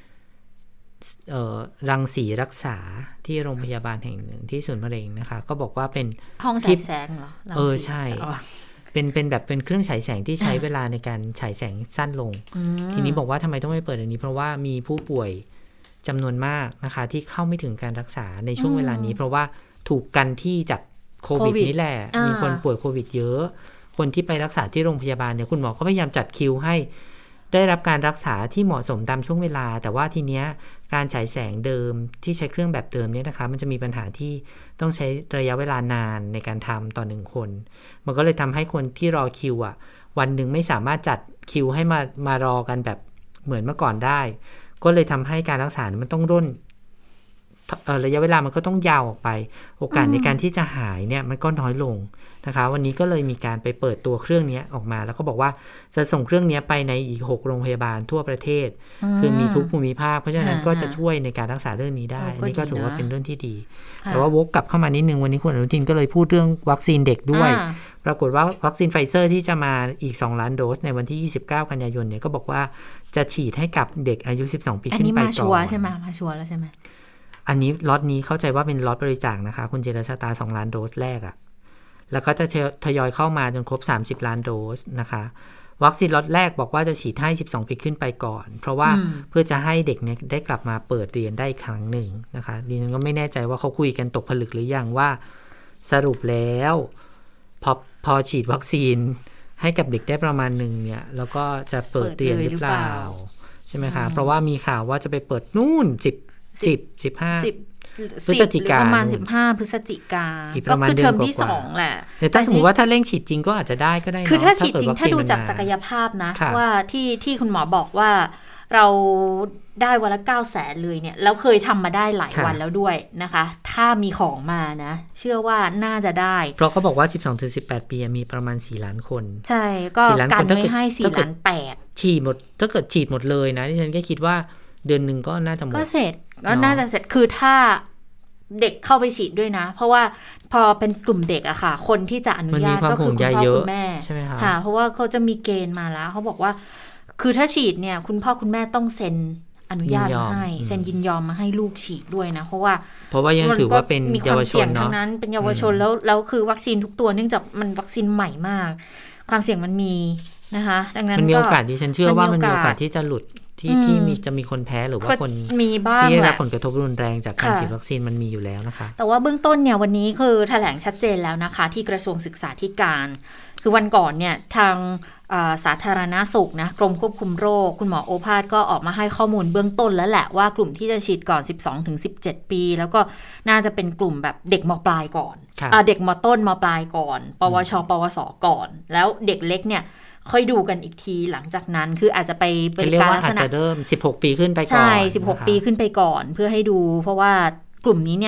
Speaker 3: รังสีรักษาที่โรงพยาบาลแห่งหนึ่งที่ศูนย์มะเร็งนะคะก็บอกว่าเป็น
Speaker 2: ห้องฉายแสงเหรอ
Speaker 3: เออใช่เป็นเป็นแบบเป็นเครื่องฉายแสงที่ใช้เวลาในการฉายแสงสั้นลงทีนี้บอกว่าทำไมต้องไปเปิดอันนี้เพราะว่ามีผู้ป่วยจำนวนมากนะคะที่เข้าไม่ถึงการรักษาในช่วงเวลานี้เพราะว่าถูกกันที่จากโควิดนี่แหละมีคนป่วยโควิดเยอะคนที่ไปรักษาที่โรงพยาบาลเนี่ยคุณหมอก็พยายามจัดคิวให้ได้รับการรักษาที่เหมาะสมตามช่วงเวลาแต่ว่าทีเนี้ยการฉายแสงเดิมที่ใช้เครื่องแบบเดิมเนี่ยนะคะมันจะมีปัญหาที่ต้องใช้ระยะเวลานานในการทำต่อหนึ่งคนมันก็เลยทำให้คนที่รอคิวอ่ะวันหนึ่งไม่สามารถจัดคิวให้มามารอกันแบบเหมือนเมื่อก่อนได้ก็เลยทำให้การรักษามันต้องร่นระยะเวลามันก็ต้องยาวออกไปโอกาสในการที่จะหายเนี่ยมันก็น้อยลงนะคะวันนี้ก็เลยมีการไปเปิดตัวเครื่องนี้ออกมาแล้วก็บอกว่าจะส่งเครื่องนี้ไปในอีกหกโรงพยาบาลทั่วประเทศคือมีทุกภูมิภาคเพราะฉะนั้นก็จะช่วยในการรักษาเรื่องนี้ได้อันนี้ก็ถือว่าเป็นเรื่องที่ดีแต่ว่าวกกลับเข้ามานิดนึงวันนี้คุณอนุทินก็เลยพูดเรื่องวัคซีนเด็กด้วยปรากฏว่าวัคซีนไฟเซอร์ที่จะมาอีกสองล้านโดสในวันที่ยี่สิบเก้ากันยายนเนี่ยก็บอกว่าจะฉีดให้กับเด็กอายุสิบสองปีขึ้นไปก่อนอันนี้มาชัวร์
Speaker 2: ใช่ไหมมาชัวร์แล้วใช่ไหม
Speaker 3: อันนี้ล็อตนี้เข้าใจว่าเป็นล็อตบริจาคนะคะคุณเจรชาตาสองล้านโดสแรกอะแล้วก็จะทยอยเข้ามาจนครบสามสิบล้านโดสนะคะวัคซีนล็อตแรกบอกว่าจะฉีดให้สิบสองปีขึ้นไปก่อนเพราะว่าเพื่อจะให้เด็กเนี่ยได้กลับมาเปิดเรียนได้ครั้งหนึ่งนะคะดิฉันก็ไม่แน่ใจว่าเขาคุยกันตกผลึกหรือยังว่าสรุปแล้วพอพอฉีดวัคซีนให้กับเด็กได้ประมาณหนึ่งเนี่ยแล้วก็จะเปิดเรียนหรือเปล่าใช่ไหมคะเพราะว่ามีข่าวว่าจะไปเปิดนู่นสิบ สิบ สิบห้าพฤศจิกา
Speaker 2: ประมาณสิบห้าพฤศจิกาก็คือเทอมที่สองแหละ
Speaker 3: แต่ถ้าสมมุติว่าถ้าเร่งฉีดจริงก็อาจจะได้ก็ได้
Speaker 2: คือถ้าฉีดจริงถ้าดูจากศักยภาพนะว่าที่ที่คุณหมอบอกว่าเราได้วันละเก้าแสนเลยเนี่ยแล้วเคยทำมาได้หลายวันแล้วด้วยนะคะถ้ามีของมานะเชื่อว่าน่าจะได้
Speaker 3: เพราะเขาบอกว่า สิบสองถึงสิบแปด ปีมีประมาณสี่ล้านคน
Speaker 2: ใช่ก็กันไม่ให้สี่ล้านแปด
Speaker 3: ฉีดหมดถ้าเกิดฉีดหมดเลยนะดิฉันก็คิดว่าเดือนนึงก็น่าจะหมด
Speaker 2: ก็เสร็จก็น่าจะเสร็จคือถ้าเด็กเข้าไปฉีดด้วยนะเพราะว่าพอเป็นกลุ่มเด็กอะค่ะคนที่จะอนุญาตก็คือคุณพ่อคุณแม่
Speaker 3: ใช่ไหมคะ
Speaker 2: ค่ะเพราะว่าเขาจะมีเกณฑ์มาแล้วเขาบอกว่าคือถ้าฉีดเนี่ยคุณพ่อคุณแม่ต้องเซ็นอนุญาตให้เซ็นยินยอมมาให้ลูกฉีดด้วยนะเพราะว่า
Speaker 3: เพราะว่ายังถือว่าเป็นเยาวชนเนาะ
Speaker 2: ทั้งนั้นเป็นเยาวชนแล้วแล้วคือวัคซีนทุกตัวเนื่องจากมันวัคซีนใหม่มากความเสี่ยงมันมีนะคะดังนั้น
Speaker 3: มันมีโอกาสดิฉันเชื่อว่ามันมีโอกาสที่จะหลุดที่ที่มีจะมีคนแพ้หรือว่าคน
Speaker 2: มีบ้าง
Speaker 3: ที่ได้รับผลกระทบรุนแรงจากการฉีดวัคซีนมันมีอยู่แล้วนะคะ
Speaker 2: แต่ว่าเบื้องต้นเนี่ยวันนี้คือแถลงชัดเจนแล้วนะคะที่กระทรวงศึกษาธิการคือวันก่อนเนี่ยทางสาธารณสุขนะกรมควบคุมโรคคุณหมอโอภาสก็ออกมาให้ข้อมูลเบื้องต้นแล้วแหละว่ากลุ่มที่จะฉีดก่อน สิบสองถึงสิบเจ็ด ปีแล้วก็น่าจะเป็นกลุ่มแบบเด็กม.ปลายก่อนเด็กม.ต้นม.ปลายก่อนปวชปวสก่อนแล้วเด็กเล็กเนี่ยค่อยดูกันอีกทีหลังจากนั้นคืออาจจะไป
Speaker 3: เป็นการลักษณะ
Speaker 2: เ
Speaker 3: ริ่มสิบหกปีขึ้นไปก่อน
Speaker 2: ใช่สิบหกปีขึ้นไปก่อนเพื่อให้ดูเพราะว่ากลุ่มนี้เนี่ย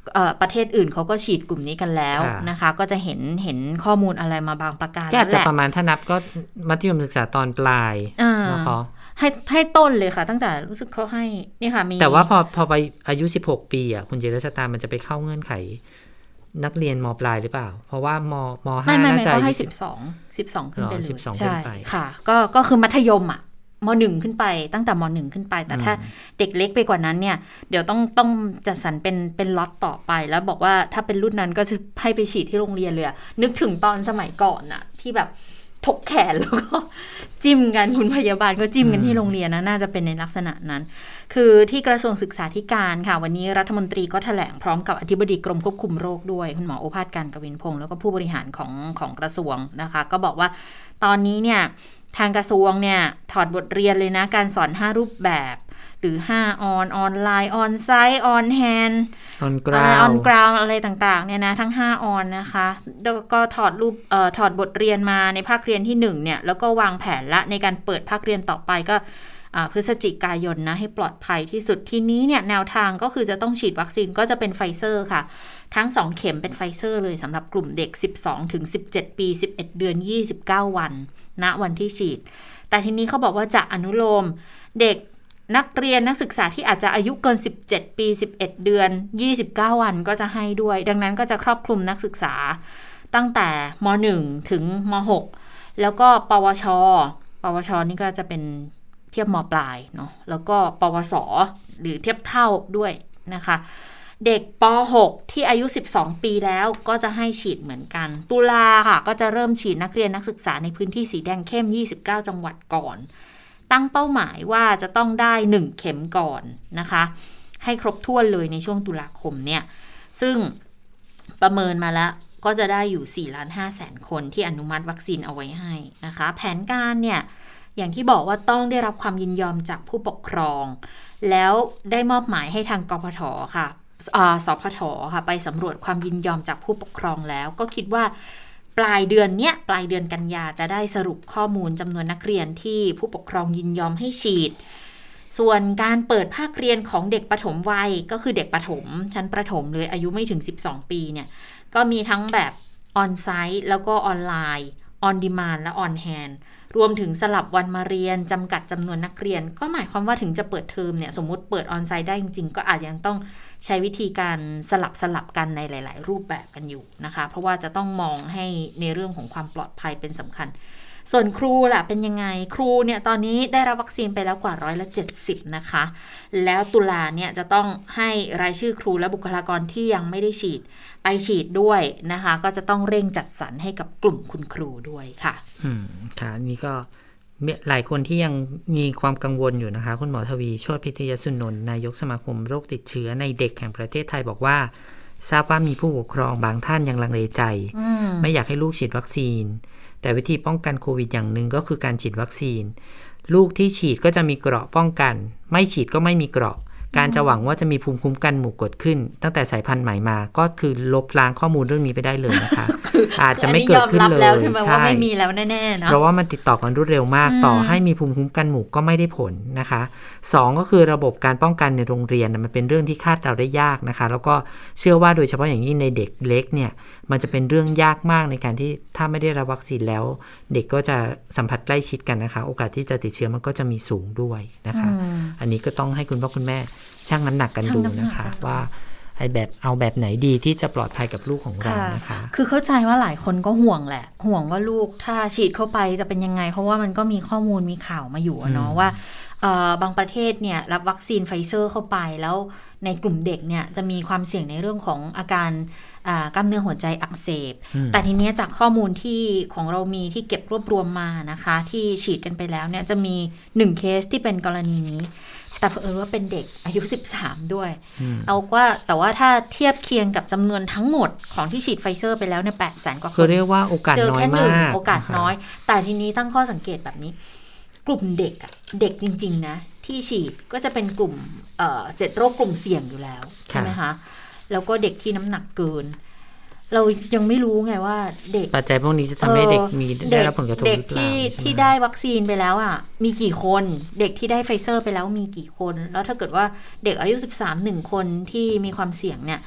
Speaker 2: ประเทศอื่นเขาก็ฉีดกลุ่มนี้กันแล้วนะคะก็จะเห็นเห็นข้อมูลอะไรมาบางประการ
Speaker 3: ก็อาจจะประมาณถ้านับก็มัธยมศึกษาตอนปลายนะคะ
Speaker 2: ให้ให้ต้นเลยค่ะตั้งแต่รู้สึกเขาให้นี่ค่ะมี
Speaker 3: แต่ว่าพอพอไปอายุสิบหกปีอ่ะคุณเจริญชะตามันจะไปเข้าเงื่อนไขนักเรียนม.ปลายหรือเปล่าเพราะว่ามม.ห้าน่าจะ
Speaker 2: ให้สิบสอง สิบสองขึ้นไปเลย
Speaker 3: ใช่
Speaker 2: ค่ะก็ก็คือมัธยมอ่ะม.หนึ่ง ขึ้นไปตั้งแต่ม.หนึ่ง ขึ้นไปแต่ถ้าเด็กเล็กไปกว่านั้นเนี่ยเดี๋ยวต้องต้องจัดสรรเป็นเป็นล็อตต่อไปแล้วบอกว่าถ้าเป็นรุ่นนั้นก็จะให้ไปฉีดที่โรงเรียนเลยนึกถึงตอนสมัยก่อนน่ะที่แบบถกแขนแล้วก็จิ้มกันคุณพยาบาลก็จิ้มกันที่โรงเรียนนะน่าจะเป็นในลักษณะนั้นคือที่กระทรวงศึกษาธิการค่ะวันนี้รัฐมนตรีก็แถลงพร้อมกับอธิบดีกรมควบคุมโรคด้วยคุณหมอโอภาสการกวินพงษ์แล้วก็ผู้บริหารของของกระทรวงนะคะก็บอกว่าตอนนี้เนี่ยทางกระทรวงเนี่ยถอดบทเรียนเลยนะการสอนห้ารูปแบบหรือห้าออนออนไลน์ออนไซต์ออนแฮนด์
Speaker 3: ออนกราว
Speaker 2: ออนกราวอะไรต่างๆเนี่ยนะทั้งห้าออนนะคะแล้วก็ถอดรูปเอ่อถอดบทเรียนมาในภาคเรียนที่หนึ่งเนี่ยแล้วก็วางแผนละในการเปิดภาคเรียนต่อไปก็พฤศจิกายนนะให้ปลอดภัยที่สุดทีนี้เนี่ยแนวทางก็คือจะต้องฉีดวัคซีนก็จะเป็นไฟเซอร์ค่ะทั้งสองเข็มเป็นไฟเซอร์เลยสำหรับกลุ่มเด็ก สิบสองถึงสิบเจ็ด ปีสิบเอ็ดเดือนยี่สิบเก้าวันณวันที่ฉีดแต่ทีนี้เขาบอกว่าจะอนุโลมเด็กนักเรียนนักศึกษาที่อาจจะอายุเกินสิบเจ็ดปีสิบเอ็ดเดือนยี่สิบเก้าวันก็จะให้ด้วยดังนั้นก็จะครอบคลุมนักศึกษาตั้งแต่ม.หนึ่ง ถึงม.หก แล้วก็ปวชปวชนี่ก็จะเป็นเทียบม.ปลายเนาะแล้วก็ปวสหรือเทียบเท่าด้วยนะคะเด็กป.หก ที่อายุสิบสองปีแล้วก็จะให้ฉีดเหมือนกันตุลาค่ะก็จะเริ่มฉีดนักเรียนนักศึกษาในพื้นที่สีแดงเข้มยี่สิบเก้าจังหวัดก่อนตั้งเป้าหมายว่าจะต้องได้หนึ่งเข็มก่อนนะคะให้ครบถ้วนเลยในช่วงตุลาคมเนี่ยซึ่งประเมินมาแล้วก็จะได้อยู่ สี่ล้านห้าแสน คนที่อนุมัติวัคซีนเอาไว้ให้นะคะแผนการเนี่ยอย่างที่บอกว่าต้องได้รับความยินยอมจากผู้ปกครองแล้วได้มอบหมายให้ทางกพท.ค่ะสพท.ค่ะไปสำรวจความยินยอมจากผู้ปกครองแล้วก็คิดว่าปลายเดือนเนี้ยปลายเดือนกันยาจะได้สรุปข้อมูลจำนวนนักเรียนที่ผู้ปกครองยินยอมให้ฉีดส่วนการเปิดภาคเรียนของเด็กประถมวัยก็คือเด็กประถมชั้นประถมเลยอายุไม่ถึงสิบสองปีเนี่ยก็มีทั้งแบบออนไซต์แล้วก็ออนไลน์ออนดีมานด์และออนแฮนด์รวมถึงสลับวันมาเรียนจำกัดจำนวนนักเรียนก็หมายความว่าถึงจะเปิดเทอมเนี่ยสมมุติเปิดออนไซต์ได้จริงๆก็อาจยังต้องใช้วิธีการสลับสลับกันในหลายๆรูปแบบกันอยู่นะคะเพราะว่าจะต้องมองให้ในเรื่องของความปลอดภัยเป็นสำคัญส่วนครูล่ะเป็นยังไงครูเนี่ยตอนนี้ได้รับวัคซีนไปแล้วกว่าร้อยละเจ็ดสิบนะคะแล้วตุลาเนี่ยจะต้องให้รายชื่อครูและบุคลากรที่ยังไม่ได้ฉีดไปฉีดด้วยนะคะก็จะต้องเร่งจัดสรรให้กับกลุ่มคุณครูด้วยค่ะ
Speaker 3: อืมค่ะนี่ก็หลายคนที่ยังมีความกังวลอยู่นะคะคุณหมอทวีโชติพิทยสุนนท์นายกสมาคมโรคติดเชื้อในเด็กแห่งประเทศไทยบอกว่าทราบว่ามีผู้ปกครองบางท่านยังลังเลใจ ม, ไม่อยากให้ลูกฉีดวัคซีนแต่วิธีป้องกันโควิดอย่างหนึ่งก็คือการฉีดวัคซีนลูกที่ฉีดก็จะมีเกราะป้องกันไม่ฉีดก็ไม่มีเกราะการจะหวังว่าจะมีภูมิคุ้มกันหมู่เกิดขึ้นตั้งแต่สายพันธุ์ใหม่มาก็คือลบล้างข้อมูลเรื่องนี้ไปได้เลยนะคะ อาจจะไม่เกิดขึ้นเลย
Speaker 2: ใช่ไม่มีแล้วแน่ๆเนาะ
Speaker 3: เพราะว่ามันติดต่อกันรวดเร็วมากต่อให้มีภูมิคุ้มกันหมู่ก็ไม่ได้ผลนะคะสองก็คือระบบการป้องกันในโรงเรียนมันเป็นเรื่องที่คาดเดาได้ยากนะคะแล้วก็เชื่อว่าโดยเฉพาะอย่างยิ่งในเด็กเล็กเนี่ยมันจะเป็นเรื่องยากมากในการที่ถ้าไม่ได้รับวัคซีนแล้วเด็กก็จะสัมผัสใกล้ชิดกันนะคะโอกาสที่จะติดเชื้อมันก็จะมีสูงด้วยนะคะอันนี้ก็ต้องให้คุณพ่อคุณแม่ชั่งน้ำหนักกันดูนะคะว่าไอ้แบบเอาแบบไหนดีที่จะปลอดภัยกับลูกของเรานะคะ
Speaker 2: คือเข้าใจว่าหลายคนก็ห่วงแหละห่วงว่าลูกถ้าฉีดเข้าไปจะเป็นยังไงเพราะว่ามันก็มีข้อมูลมีข่าวมาอยู่เนาะว่าบางประเทศเนี่ยรับวัคซีนไฟเซอร์เข้าไปแล้วในกลุ่มเด็กเนี่ยจะมีความเสี่ยงในเรื่องของอาการกล้ามเนื้อหัวใจอักเสบแต่ทีนี้จากข้อมูลที่ของเรามีที่เก็บรวบรวมมานะคะที่ฉีดกันไปแล้วเนี่ยจะมีหนึ่งเคสที่เป็นกรณีนี้แต่เผอิญว่าเป็นเด็กอายุสิบสามด้วยเอาว่าแต่ว่าถ้าเทียบเคียงกับจำนวนทั้งหมดของที่ฉีดไฟเซอร์ไปแล้วเนี่ยแปดแสนกว่าคน
Speaker 3: คือเรียกว่าโอกาสน้อยมาก
Speaker 2: โอกาสน้อยแต่ทีนี้ตั้งข้อสังเกตแบบนี้กลุ่มเด็กอะเด็กจริงๆนะที่ฉีดก็จะเป็นกลุ่มเอ่อเจ็ดโรคกลุ่มเสี่ยงอยู่แล้วใช่ไหมคะแล้วก็เด็กที่น้ำหนักเกินเรายังไม่รู้ไงว่าเด็ก
Speaker 3: ปัจจัยพวกนี้จะทำให้เด็กมีได้รับผลกระทบ
Speaker 2: เด็กที่ที่ได้วัคซีนไปแล้วอ่ะมีกี่คนเด็กที่ได้ไฟเซอร์ไปแล้วมีกี่คนแล้วถ้าเกิดว่าเด็กอายุสิบสาม หนึ่งคนที่มีความเสี่ยงเนี่ย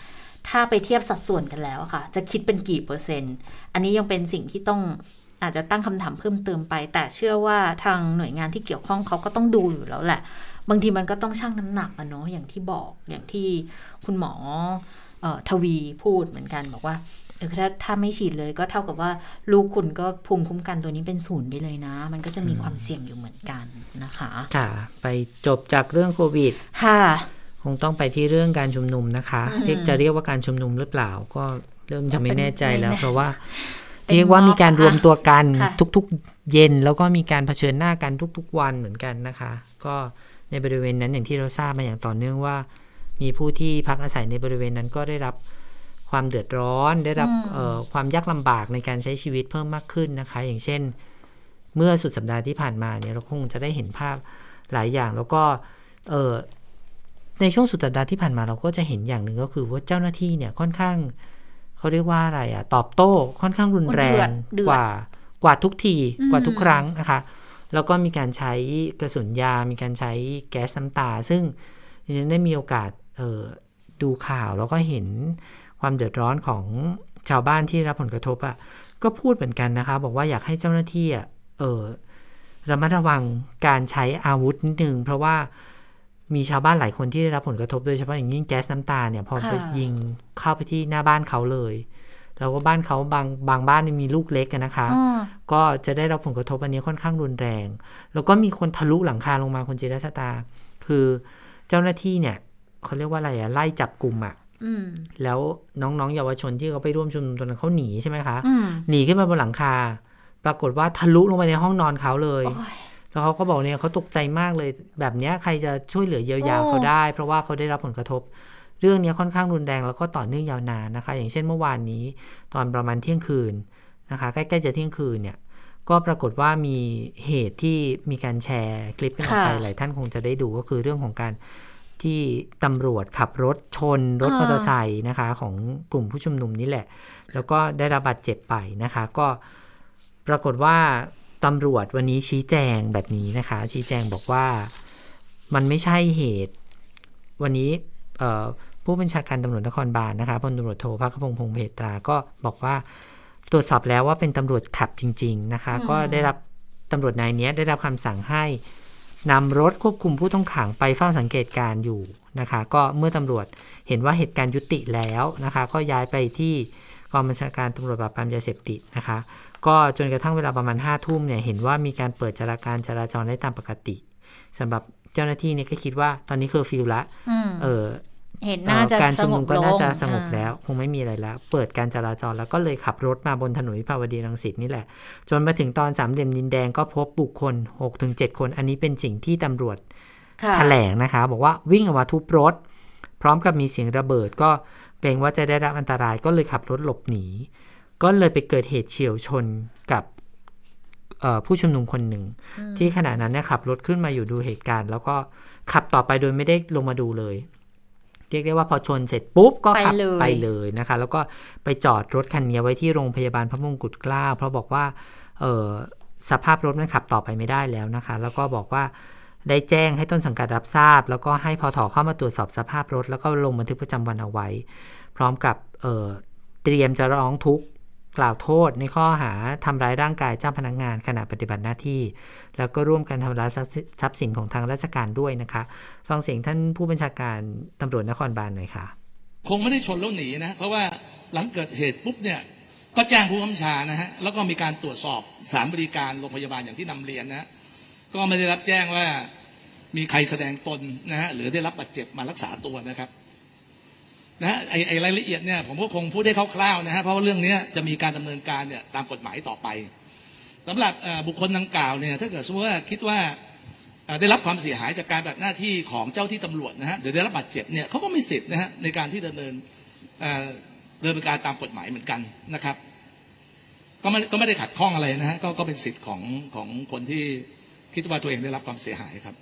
Speaker 2: ถ้าไปเทียบสัดส่วนกันแล้วค่ะจะคิดเป็นกี่เปอร์เซ็นต์อันนี้ยังเป็นสิ่งที่ต้องอาจจะตั้งคำถามเพิ่มเติมไปแต่เชื่อว่าทางหน่วยงานที่เกี่ยวข้องเขาก็ต้องดูอยู่แล้วแหละบางทีมันก็ต้องชั่งน้ำหนักอะเนาะอย่างที่บอกอย่างที่คุณหมอเอ่อทวีพูดเหมือนกันบอกว่าเออถ้าถ้าไม่ฉีดเลยก็เท่ากับว่าลูกคุณก็ภูมิคุ้มกันตัวนี้เป็นศูนย์ไปเลยนะมันก็จะมีความเสี่ยงอยู่เหมือนกันนะคะ
Speaker 3: ค่ะไปจบจากเรื่องโควิด
Speaker 2: ค่ะ
Speaker 3: คงต้องไปที่เรื่องการชุมนุมนะคะเรียกจะเรียกว่าการชุมนุมหรือเปล่าก็เริ่มจะไม่แน่ใจแล้วเพราะว่าเรียกว่ามีการรวมตัวกันทุกๆเย็นแล้วก็มีการเผชิญหน้ากันทุกๆวันเหมือนกันนะคะก็ในบริเวณนั้นอย่างที่เราทราบมาอย่างต่อเนื่องว่ามีผู้ที่พักอาศัยในบริเวณนั้นก็ได้รับความเดือดร้อนได้รับความยากลำบากในการใช้ชีวิตเพิ่มมากขึ้นนะคะอย่างเช่นเมื่อสุดสัปดาห์ที่ผ่านมาเนี่ยเราคงจะได้เห็นภาพหลายอย่างแล้วก็เออในช่วงสุดสัปดาห์ที่ผ่านมาเราก็จะเห็นอย่างหนึ่งก็คือว่าเจ้าหน้าที่เนี่ยค่อนข้างเขาเรียกว่าอะไรอะตอบโต้ค่อนข้างรุนแรงกว่ากว่าทุกทีกว่าทุกครั้งนะคะแล้วก็มีการใช้กระสุนยามีการใช้แก๊สน้ำตาซึ่งดิฉันได้มีโอกาสเอ่อดูข่าวแล้วก็เห็นความเดือดร้อนของชาวบ้านที่รับผลกระทบอ่ะก็พูดเหมือนกันนะคะบอกว่าอยากให้เจ้าหน้าที่อ่ะเออระมัดระวังการใช้อาวุธนิดนึงเพราะว่ามีชาวบ้านหลายคนที่ได้รับผลกระทบโดยเฉพาะอย่างยิ่งแก๊สน้ำตาเนี่ยพอไปยิงเข้าไปที่หน้าบ้านเขาเลยแล้วก็บ้านเขาบางบางบ้านมีลูกเล็กกันนะคะก็จะได้รับผลกระทบอันนี้ค่อนข้างรุนแรงแล้วก็มีคนทะลุหลังคาลงมาคนจิรชะตาคือเจ้าหน้าที่เนี่ยเขาเรียกว่าอะไรอะไล่จับกลุ่มอะแล้วน้องๆเยาวชนที่เขาไปร่วมชุมนุมตอนนั้นเขาหนีใช่ไหมคะหนีขึ้นมาบนหลังคาปรากฏว่าทะลุลงไปในห้องนอนเขาเลยแล้วเขาก็บอกเนี่ยเขาตกใจมากเลยแบบนี้ใครจะช่วยเหลือเยียวยาเขาได้เพราะว่าเขาได้รับผลกระทบเรื่องนี้ค่อนข้างรุนแรงแล้วก็ต่อเนื่องยาวนานนะคะอย่างเช่นเมื่อวานนี้ตอนประมาณเที่ยงคืนนะคะใกล้ๆจะเที่ยงคืนเนี่ยก็ปรากฏว่ามีเหตุที่มีการแชร์คลิปกันออกไปหลายท่านคงจะได้ดูก็คือเรื่องของการที่ตำรวจขับรถชนรถมอเตอร์ไซค์นะคะของกลุ่มผู้ชุมนุมนี่แหละแล้วก็ได้รับบาดเจ็บไปนะคะก็ปรากฏว่าตำรวจวันนี้ชี้แจงแบบนี้นะคะชี้แจงบอกว่ามันไม่ใช่เหตุวันนี้ผู้บัญชาการตำรวจนครบาลนะคะพลตำรวจโทภคพงษ์พงษ์เพตราก็บอกว่าตรวจสอบแล้วว่าเป็นตำรวจขับจริงๆนะคะก็ได้รับตำรวจนายนี้ได้รับคำสั่งให้นำรถควบคุมผู้ต้องขังไปเฝ้าสังเกตการณ์อยู่นะคะก็เมื่อตำรวจเห็นว่าเหตุการณ์ยุติแล้วนะคะก็ย้ายไปที่กองบัญชาการตำรวจปราบปรามยาเสพติดนะคะก็จนกระทั่งเวลาประมาณห้าทุ่มเนี่ยเห็นว่ามีการเปิดจราการจราจรได้ตามปกติสำหรับเจ้าหน้าที่เนี่ยก็คิดว่าตอนนี้เคอร์ฟิวละเออ
Speaker 2: เห็นน่าจะ
Speaker 3: การชุมนุมก็น่าจะสงบแล้วคงไม่มีอะไรแล้วเปิดการจราจรแล้วก็เลยขับรถมาบนถนนวิภาวดีรังสิตนี่แหละจนมาถึงตอนสามเหลี่ยมดินแดงก็พบบุคคล หกถึงเจ็ด คนอันนี้เป็นสิ่งที่ตำรวจแถลงนะคะบอกว่าวิ่งออกมาทุบรถพร้อมกับมีเสียงระเบิดก็เกรงว่าจะได้รับอันตรายก็เลยขับรถหลบหนีก็เลยไปเกิดเหตุเฉี่ยวชนกับผู้ชุมนุมคนหนึ่งที่ขณะนั้นเนี่ยขับรถขึ้นมาอยู่ดูเหตุการณ์แล้วก็ขับต่อไปโดยไม่ได้ลงมาดูเลยเรียกได้ว่าพอชนเสร็จปุ๊บก็ขับไปเลยนะคะแล้วก็ไปจอดรถคันนี้ไว้ที่โรงพยาบาลพระมงกุฎเกล้าเพราะบอกว่าเอ่อสภาพรถมันขับต่อไปไม่ได้แล้วนะคะแล้วก็บอกว่าได้แจ้งให้ต้นสังกัดรับทราบแล้วก็ให้พถ.เข้ามาตรวจสอบสภาพรถแล้วก็ลงบันทึกประจำวันเอาไว้พร้อมกับเอ่อเตรียมจะร้องทุกข์กล่าวโทษในข้อหาทำร้ายร่างกายเจ้าพนักงานขณะปฏิบัติหน้าที่แล้วก็ร่วมกันทำร้ายทรัพย์สินของทางราชการด้วยนะคะฟังเสียงท่านผู้บัญชาการตำรวจนครบาลหน่อยค่ะ
Speaker 6: คงไม่ได้ชนแล้วหนีนะเพราะว่าหลังเกิดเหตุปุ๊บเนี่ยก็แจ้งผู้บัญชานะฮะแล้วก็มีการตรวจสอบสถานบริการโรงพยาบาลอย่างที่นำเรียนนะก็ไม่ได้รับแจ้งว่ามีใครแสดงตนนะฮะหรือได้รับบาดเจ็บมารักษาตัวนะครับนะไอไอรายละเอียดเนี่ยผมก็คงพูดได้คร่าวๆนะฮะเพราะว่าเรื่องนี้จะมีการดำเนินการเนี่ยตามกฎหมายต่อไปสำหรับบุคคลดังกล่าวเนี่ยถ้าเกิดสมมติว่าคิดว่าได้รับความเสียหายจากการปฏิบัติหน้าที่ของเจ้าที่ตำรวจนะฮะหรือได้รับบาดเจ็บเนี่ยเขาก็มีสิทธิ์นะฮะในการที่ดำเนินดำเนินการตามกฎหมายเหมือนกันนะครับก็ไม่ก็ไม่ได้ขัดข้องอะไรนะฮะก็ก็เป็นสิทธิ์ของของคนที่คิดว่าตัวเองได้รับความเสียหายครับ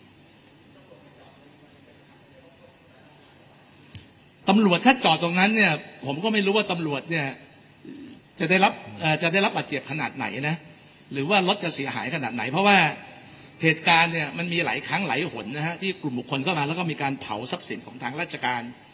Speaker 6: ตำรวจถ้าจอดตรงนั้นเนี่ยผมก็ไม่รู้ว่าตำรวจเนี่ยจะได้รับจะได้รับบาดเจ็บขนาดไหนนะหรือว่ารถจะเสียหายขนาดไหนเพราะว่าเหตุการณ์เนี่ยมันมีหลายครั้งหลายหนนะฮะที่กลุ่มบุคคลเข้ามาแล้วก็มีการเผาทรัพย์สินของทางราชการ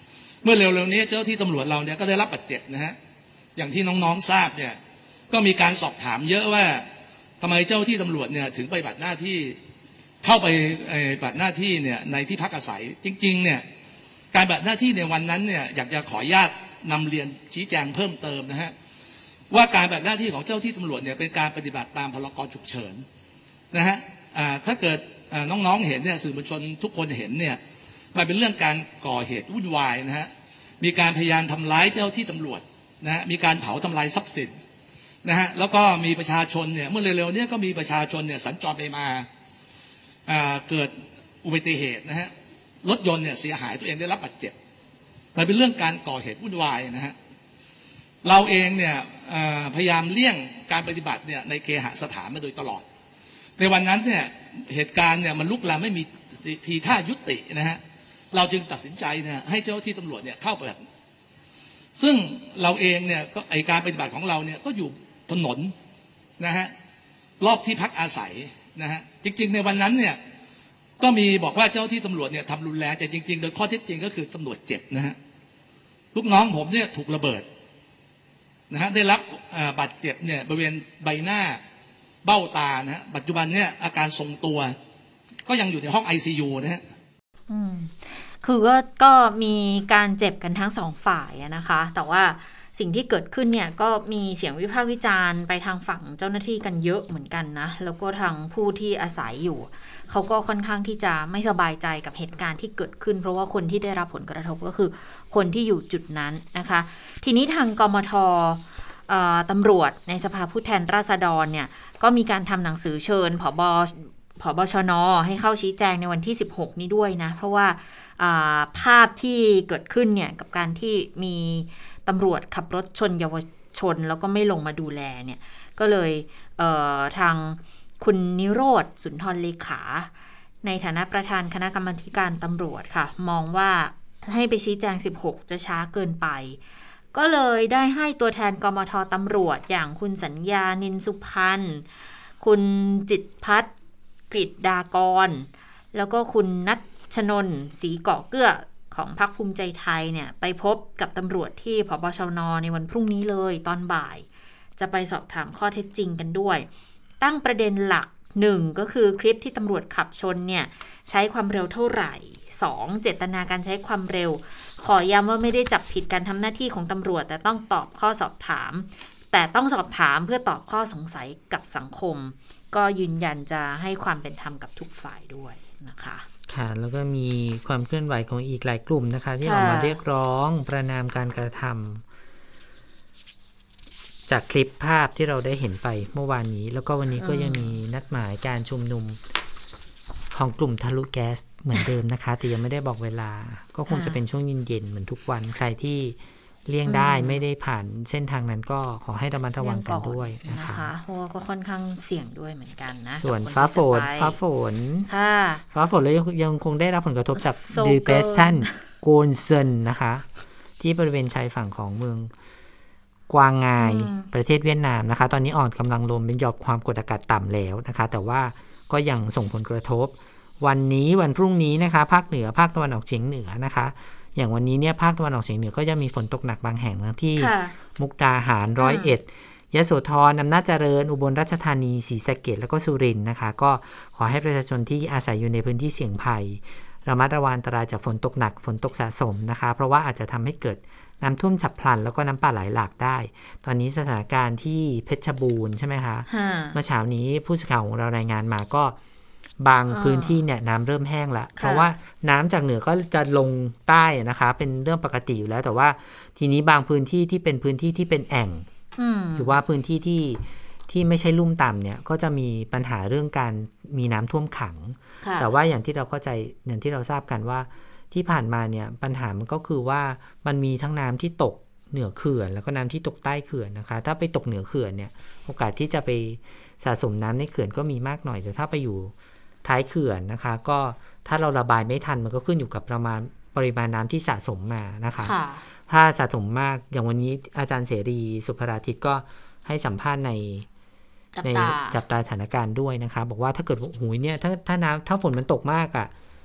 Speaker 6: เมื่อเร็วๆนี้เจ้าที่ตำรวจเราเนี่ยก็ได้รับบาดเจ็บนะฮะอย่างที่น้องๆทราบเนี่ยก็มีการสอบถามเยอะว่าทำไมเจ้าที่ตำรวจเนี่ยถึงไปปฏิบัติหน้าที่เข้าไปปฏิบัติหน้าที่เนี่ยในที่พักอาศัยจริงๆเนี่ยการปฏิบัติหน้าที่ในวันนั้นเนี่ยอยากจะขออนุญาตนำเรียนชี้แจงเพิ่มเติมนะฮะว่าการปฏิบัติหน้าที่ของเจ้าที่ตำรวจเนี่ยเป็นการปฏิบัติตามพรกฉุกเฉินนะฮะถ้าเกิดน้องๆเห็นเนี่ยสื่อมวลชนทุกคนเห็นเนี่ยมันเป็นเรื่องการก่อเหตุวุ่นวายนะฮะมีการพยายามทำร้ายเจ้าที่ตำรวจนะฮะมีการเผาทำลายทรัพย์สินนะฮะแล้วก็มีประชาชนเนี่ยเมื่อเร็วๆนี้ก็มีประชาชนเนี่ยสัญจรไปมาเกิดอุบัติเหตุนะฮะรถยนต์เนี่ยเสียหายตัวเองได้รับบาดเจ็บมันเป็นเรื่องการก่อเหตุวุ่นวายนะฮะเราเองเนี่ยพยายามเลี่ยงการปฏิบัติเนี่ยในเคหสถานมาโดยตลอดในวันนั้นเนี่ยเหตุการณ์เนี่ยมันลุกลามไม่มีทีท่ายุตินะฮะเราจึงตัดสินใจเนี่ยให้เจ้าที่ตำรวจเนี่ยเข้าไปซึ่งเราเองเนี่ยก็ไอการปฏิบัติของเราเนี่ยก็อยู่ถนนนะฮะรอบที่พักอาศัยนะฮะจริงๆในวันนั้นเนี่ยก็มีบอกว่าเจ้าที่ตำรวจเนี่ยทำรุนแรงแต่จริงๆโดยข้อเท็จจริงก็คือตำรวจเจ็บนะฮะลูกน้องผมเนี่ยถูกระเบิดนะฮะได้รับบาดเจ็บเนี่ยบริเวณใบหน้าเบ้าตานะฮะปัจจุบันเนี่ยอาการทรงตัวก็ยังอยู่ในห้อง ไอ ซี ยู นะฮะ
Speaker 2: อืมคือก็ก็มีการเจ็บกันทั้งสองฝ่ายนะคะแต่ว่าสิ่งที่เกิดขึ้นเนี่ยก็มีเสียงวิพากษ์วิจารณ์ไปทางฝั่งเจ้าหน้าที่กันเยอะเหมือนกันนะแล้วก็ทางผู้ที่อาศัยอยู่เขาก็ค่อนข้างที่จะไม่สบายใจกับเหตุการณ์ที่เกิดขึ้นเพราะว่าคนที่ได้รับผลกระทบก็คือคนที่อยู่จุดนั้นนะคะทีนี้ทางกมท.ตำรวจในสภาผู้แทนราษฎรเนี่ยก็มีการทำหนังสือเชิญผบผบชน.ให้เข้าชี้แจงในวันที่สิบหกนี้ด้วยนะเพราะว่าภาพที่เกิดขึ้นเนี่ยกับการที่มีตำรวจขับรถชนเยาวชนแล้วก็ไม่ลงมาดูแลเนี่ยก็เลยเอ่อทางคุณนิโรธสุนทรเลขาในฐานะประธานคณะกรรมาการตำรวจค่ะมองว่าให้ไปชี้แจงสิบหกจะช้าเกินไปก็เลยได้ให้ตัวแทนกมท.ตำรวจอย่างคุณสัญญานินสุพันธ์คุณจิตพัฒน์กฤษดากรแล้วก็คุณนัทชนนศรีเกาะเกื้อของพรรคภูมิใจไทยเนี่ยไปพบกับตำรวจที่ผบชน.ในวันพรุ่งนี้เลยตอนบ่ายจะไปสอบถามข้อเท็จจริงกันด้วยตั้งประเด็นหลักหนึ่งก็คือคลิปที่ตำรวจขับชนเนี่ยใช้ความเร็วเท่าไหร่สองเจตนาการใช้ความเร็วขอย้ำว่าไม่ได้จับผิดการทำหน้าที่ของตำรวจแต่ต้องตอบข้อสอบถามแต่ต้องสอบถามเพื่อตอบข้อสงสัยกับสังคมก็ยืนยันจะให้ความเป็นธรรมกับทุกฝ่ายด้วยนะคะ
Speaker 3: ค่ะแล้วก็มีความเคลื่อนไหวของอีกหลายกลุ่มนะคะที่ออกมาเรียกร้องประณามการกระทำจากคลิปภาพที่เราได้เห็นไปเมื่อวานนี้แล้วก็วันนี้ก็ยังมีนัดหมายการชุมนุมของกลุ่มทะลุแก๊สเหมือนเดิมนะคะแต่ยังไม่ได้บอกเวลาก็คงจะเป็นช่วงเย็นๆเหมือนทุกวันใครที่เลี่ยงได้ไม่ได้ผ่านเส้นทางนั้นก็ขอให้ระมัดระวังกันด้วยนะคะ
Speaker 2: เพราะว่าก็ค่อนข้างเสี่ยงด้วยเหมือนกันนะ
Speaker 3: ส่วนฟ้าฝนฟ้าฝนฟ้าฝนแล้วยังคงได้รับผลกระทบจาก depression โกนเซินนะคะที่บริเวณชายฝั่งของเมืองกวางงายประเทศเวียดนามนะคะตอนนี้อ่อนกำลังลงเป็นหย่อมความกดอากาศต่ำแล้วนะคะแต่ว่าก็ยังส่งผลกระทบวันนี้วันพรุ่งนี้นะคะภาคเหนือภาคตะวันออกเฉียงเหนือนะคะอย่างวันนี้เนี่ยภาคตะวันออกเฉียงเหนือก็จะมีฝนตกหนักบางแห่งที่มุกดาหารร้อยเอ็ดยโสธรอำนาจเจริญอุบลราชธานีศรีสะเกษแล้วก็สุรินทร์นะคะก็ขอให้ประชาชนที่อาศัยอยู่ในพื้นที่เสี่ยงภัยระมัดระวังอันตรายจากฝนตกหนักฝนตกสะสมนะคะเพราะว่าอาจจะทำให้เกิดน้ำท่วมฉับพลันแล้วก็น้ำป่าไหลหลากได้ตอนนี้สถานการณ์ที่เพชรบูรณ์ใช่ไหมคะเมื่อเช้านี้ผู้สื่อข่าวของเรารายงานมาก็บางพื้นที่เนี่ยน้ำเริ่มแห้งละเพราะว่าน้ำจากเหนือก็จะลงใต้นะคะเป็นเรื่องปกติอยู่แล้วแต่ว่าทีนี้บางพื้นที่ที่เป็นพื้นที่ที่เป็นแอ่งหรือว่าพื้นที่ที่ที่ไม่ใช่ลุ่มต่ำเนี่ยก็จะมีปัญหาเรื่องการมีน้ำท่วมขังแต่ว่าอย่างที่เราเข้าใจอย่างที่เราทราบกันว่าที่ผ่านมาเนี่ยปัญหามันก็คือว่ามันมีทั้งน้ำที่ตกเหนือเขื่อนแล้วก็น้ำที่ตกใต้เขื่อนนะคะถ้าไปตกเหนือเขื่อนเนี่ยโอกาสที่จะไปสะสมน้ำในเขื่อนก็มีมากหน่อยแต่ถ้าไปอยู่ท้ายเขื่อนนะคะก็ถ้าเราระบายไม่ทันมันก็ขึ้นอยู่กับประมาณปริมาณน้ำที่สะสมมานะคะถ้าสะสมมากอย่างวันนี้อาจารย์เสรีสุภราทิตย์ก็ให้สัมภาษณ์ในในจับตาสถานการณ์ด้วยนะคะบอกว่าถ้าเกิดหูยเนี่ยถ้าถ้าน้ำถ้าฝนมันตกมากอ่ะ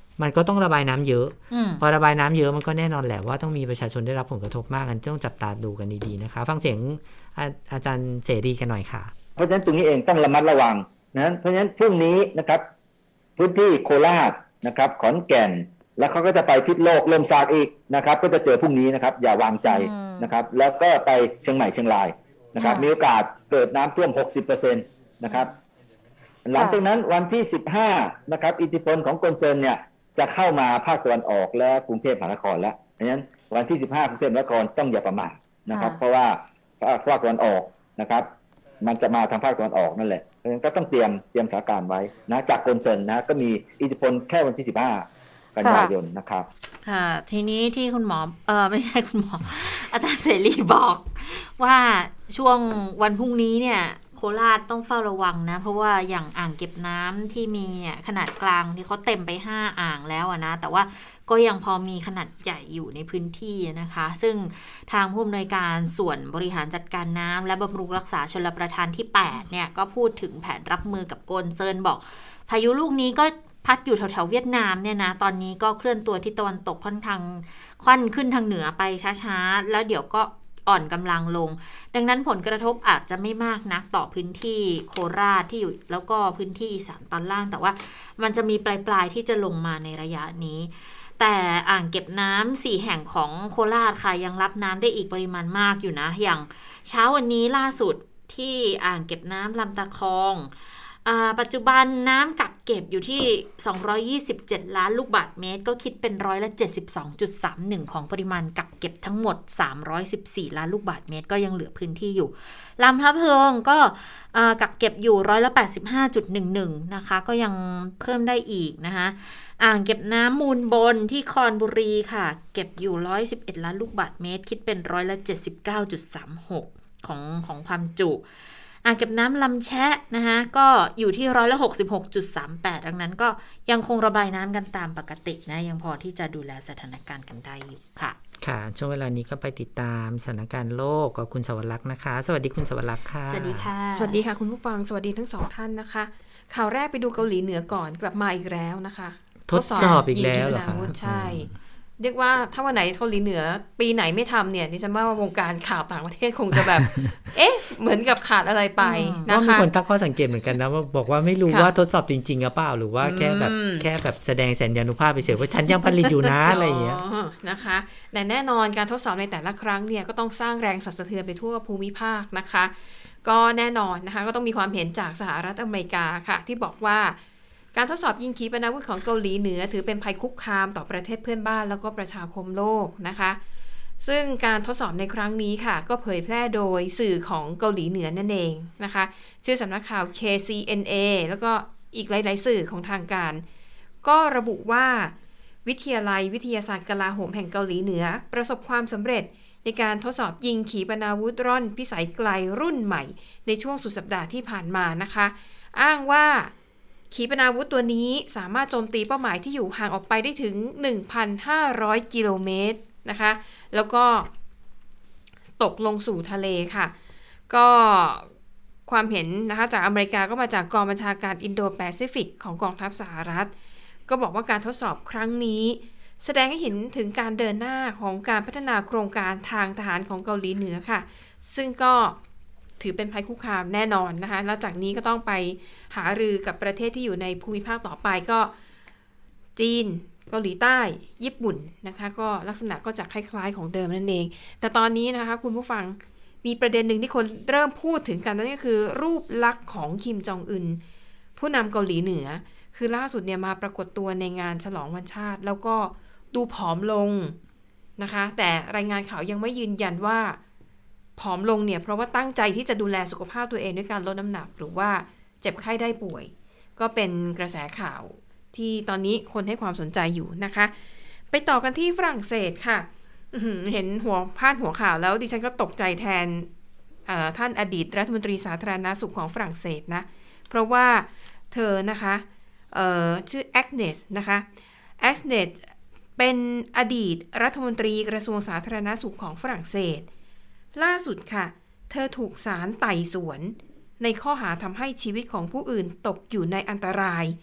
Speaker 3: มันก็ต้องระบายน้ำเยอะพอระบายน้ำเยอะมันก็แน่นอนแหละว่าต้องมีประชาชนได้รับผลกระทบมากกันต้องจับตาดูกันดีๆนะคะฟังเสียง อา, อาจารย์เสรีกันหน่อยค่ะ
Speaker 7: เพราะฉะนั้นตรงนี้เองต้องระมัดระวังนะเพราะฉะนั้นพรุ่งนี้นะครับพื้นที่โคราชนะครับขอนแก่นแล้วเขาก็จะไปพิษณุโลกเริ่มซากอีกนะครับก็จะเจอพรุ่งนี้นะครับอย่าวางใจนะครับแล้วก็ไปเชียงใหม่เชียงรายนะครับมีโอกาสเกิดน้ำท่วม หกสิบเปอร์เซ็นต์ นะครับหลังจากนั้นวันที่สิบห้านะครับอิทธิพลของกอนเซินเนี่ยจะเข้ามาภาคตะวันออกและกรุงเทพมหานครแล้วเพราะฉะนั้นวันที่สิบห้ากรุงเทพมหานครต้องอย่าประมาทนะครับเพราะว่าภาคตะวันออกนะครับมันจะมาทางภาคตะวันออกนั่นแหละเพราะฉะนั้นก็ต้องเตรียมเตรียมสถานการณ์ไว้นะจากกอนเซินนะก็มีอิทธิพลแค่วันที่สิบห้ากันยายนนะครับ
Speaker 2: ค่ะทีนี้ที่คุณหมอเออไม่ใช่คุณหมอ อาจารย์เสรีบอกว่าช่วงวันพรุ่งนี้เนี่ยโคราชต้องเฝ้าระวังนะเพราะว่าอย่างอ่างเก็บน้ำที่มีเนี่ยขนาดกลางที่เขาเต็มไปห้าอ่างแล้วนะแต่ว่าก็ยังพอมีขนาดใหญ่อยู่ในพื้นที่นะคะซึ่งทางผู้อำนวยการส่วนบริหารจัดการน้ำและบำรุงรักษาชลประทานที่แปดเนี่ยก็พูดถึงแผนรับมือกับกอนเซินบอกพายุลูกนี้ก็พัดอยู่แถวๆเวียดนามเนี่ยนะตอนนี้ก็เคลื่อนตัวที่ตะวันตกค่อนข้างค่อนขึ้นทางเหนือไปช้าๆแล้วเดี๋ยวก็อ่อนกำลังลงดังนั้นผลกระทบอาจจะไม่มากนักต่อพื้นที่โคราชที่อยู่แล้วก็พื้นที่อีสานตอนล่างแต่ว่ามันจะมีปลายๆที่จะลงมาในระยะนี้แต่อ่างเก็บน้ำสี่แห่งของโคราชค่ะยังรับน้ำได้อีกปริมาณมากอยู่นะอย่างเช้าวันนี้ล่าสุดที่อ่างเก็บน้ำลำตะคองปัจจุบันน้ำกักเก็บอยู่ที่สองร้อยยี่สิบเจ็ดล้านลูกบาศก์เมตรก็คิดเป็นร้อยละ เจ็ดสิบสองจุดสามหนึ่ง ของปริมาณกักเก็บทั้งหมดสามร้อยสิบสี่ล้านลูกบาศก์เมตรก็ยังเหลือพื้นที่อยู่ลำพะเพิงก็กักเก็บอยู่ร้อยละ แปดสิบห้าจุดหนึ่งหนึ่ง นะคะก็ยังเพิ่มได้อีกนะคะอ่างเก็บน้ำมูลบนที่คอนบุรีค่ะเก็บอยู่หนึ่งร้อยสิบเอ็ดล้านลูกบาศก์เมตรคิดเป็นร้อยละ เจ็ดสิบเก้าจุดสามหก ของของความจุอ่างเก็บน้ำลำแชะนะคะก็อยู่ที่ร้อยละ หกสิบหกจุดสามแปด ดังนั้นก็ยังคงระบายน้ำกันตามปกตินะยังพอที่จะดูแลสถานการณ์กันได้อยู่ค่ะ
Speaker 3: ค่ะช่วงเวลานี้ก็ไปติดตามสถานการณ์โลกกับคุณสวรักษ์นะคะสวัสดีคุณสวรักษ์ค่ะ
Speaker 2: สวัสดีค่ะ
Speaker 8: สวัสดีค่ะคุณผู้ฟังสวัสดีทั้งสองท่านนะคะข่าวแรกไปดูเกาหลีเหนือก่อนกลับมาอีกแล้วนะคะ
Speaker 3: ทดสอบอีกแล้วเหรอคะ
Speaker 8: ใช่เรียกว่าถ้าวันไหนเกาหลีเหนือปีไหนไม่ทำเนี่ยดิฉันว่าวงการข่าวต่างประเทศคงจะแบบ เอ๊ะเหมือนกับขาดอะไรไปนะคะ
Speaker 3: มีคนตั้งข้อสังเกตเหมือนกันนะว่าบอกว่าไม่รู้ว่าทดสอบจริงๆหรือเปล่าหรือว่าแค่แบบแค่แบบแสดงสัญญานุภาพไปเฉยว่าฉันยังผลิตอยู่นะ อะไรอย่างเงี้ย
Speaker 8: นะคะแต่แน่นอนการทดสอบในแต่ละครั้งเนี่ยก็ต้องสร้างแรงสั่นสะเทือนไปทั่วภูมิภาคนะคะก็แน่นอนนะคะก็ต้องมีความเห็นจากสหรัฐอเมริกาค่ะที่บอกว่าการทดสอบยิงขีปนาวุธของเกาหลีเหนือถือเป็นภัยคุกคามต่อประเทศเพื่อนบ้านแล้วก็ประชาคมโลกนะคะซึ่งการทดสอบในครั้งนี้ค่ะก็เผยแพร่โดยสื่อของเกาหลีเหนือนั่นเองนะคะชื่อสำนักข่าว เค ซี เอ็น เอ แล้วก็อีกหลายๆสื่อของทางการก็ระบุว่าวิทยาลัยวิทยาศาสตร์กลาโหมแห่งเกาหลีเหนือประสบความสำเร็จในการทดสอบยิงขีปนาวุธร่อนพิสัยไกลรุ่นใหม่ในช่วงสุดสัปดาห์ที่ผ่านมานะคะอ้างว่าขีปนาวุธตัวนี้สามารถโจมตีเป้าหมายที่อยู่ห่างออกไปได้ถึง หนึ่งพันห้าร้อย กิโลเมตรนะคะแล้วก็ตกลงสู่ทะเลค่ะก็ความเห็นนะคะจากอเมริกาก็มาจากกองบัญชาการอินโดแปซิฟิกของกองทัพสหรัฐก็บอกว่าการทดสอบครั้งนี้แสดงให้เห็นถึงการเดินหน้าของการพัฒนาโครงการทางทหารของเกาหลีเหนือค่ะซึ่งก็ถือเป็นภัยคุกคามแน่นอนนะคะแล้วจากนี้ก็ต้องไปหารือกับประเทศที่อยู่ในภูมิภาคต่อไปก็จีนเกาหลีใต้ญี่ปุ่นนะคะก็ลักษณะก็จะคล้ายๆของเดิมนั่นเองแต่ตอนนี้นะคะคุณผู้ฟังมีประเด็นหนึ่งที่คนเริ่มพูดถึงกันนั่นก็คือรูปลักษณ์ของคิมจองอึนผู้นำเกาหลีเหนือคือล่าสุดเนี่ยมาปรากฏตัวในงานฉลองวันชาติแล้วก็ดูผอมลงนะคะแต่รายงานข่าวยังไม่ยืนยันว่าผอมลงเนี่ยเพราะว่าตั้งใจที่จะดูแลสุขภาพตัวเองด้วยการลดน้ำหนักหรือว่าเจ็บไข้ได้ป่วยก็เป็นกระแสข่าวที่ตอนนี้คนให้ความสนใจอยู่นะคะไปต่อกันที่ฝรั่งเศสค่ะเห็นหัวพาดหัวข่าวแล้วดิฉันก็ตกใจแทนท่านอดีตรัฐมนตรีสาธารณสุขของฝรั่งเศสนะเพราะว่าเธอนะคะชื่อแอกเนสนะคะแอกเนสเป็นอดีตรัฐมนตรีกระทรวงสาธารณสุขของฝรั่งเศสล่าสุดค่ะเธอถูกศาลไต่สวนในข้อหาทำให้ชีวิตของผู้อื่นตกอยู่ในอันตราย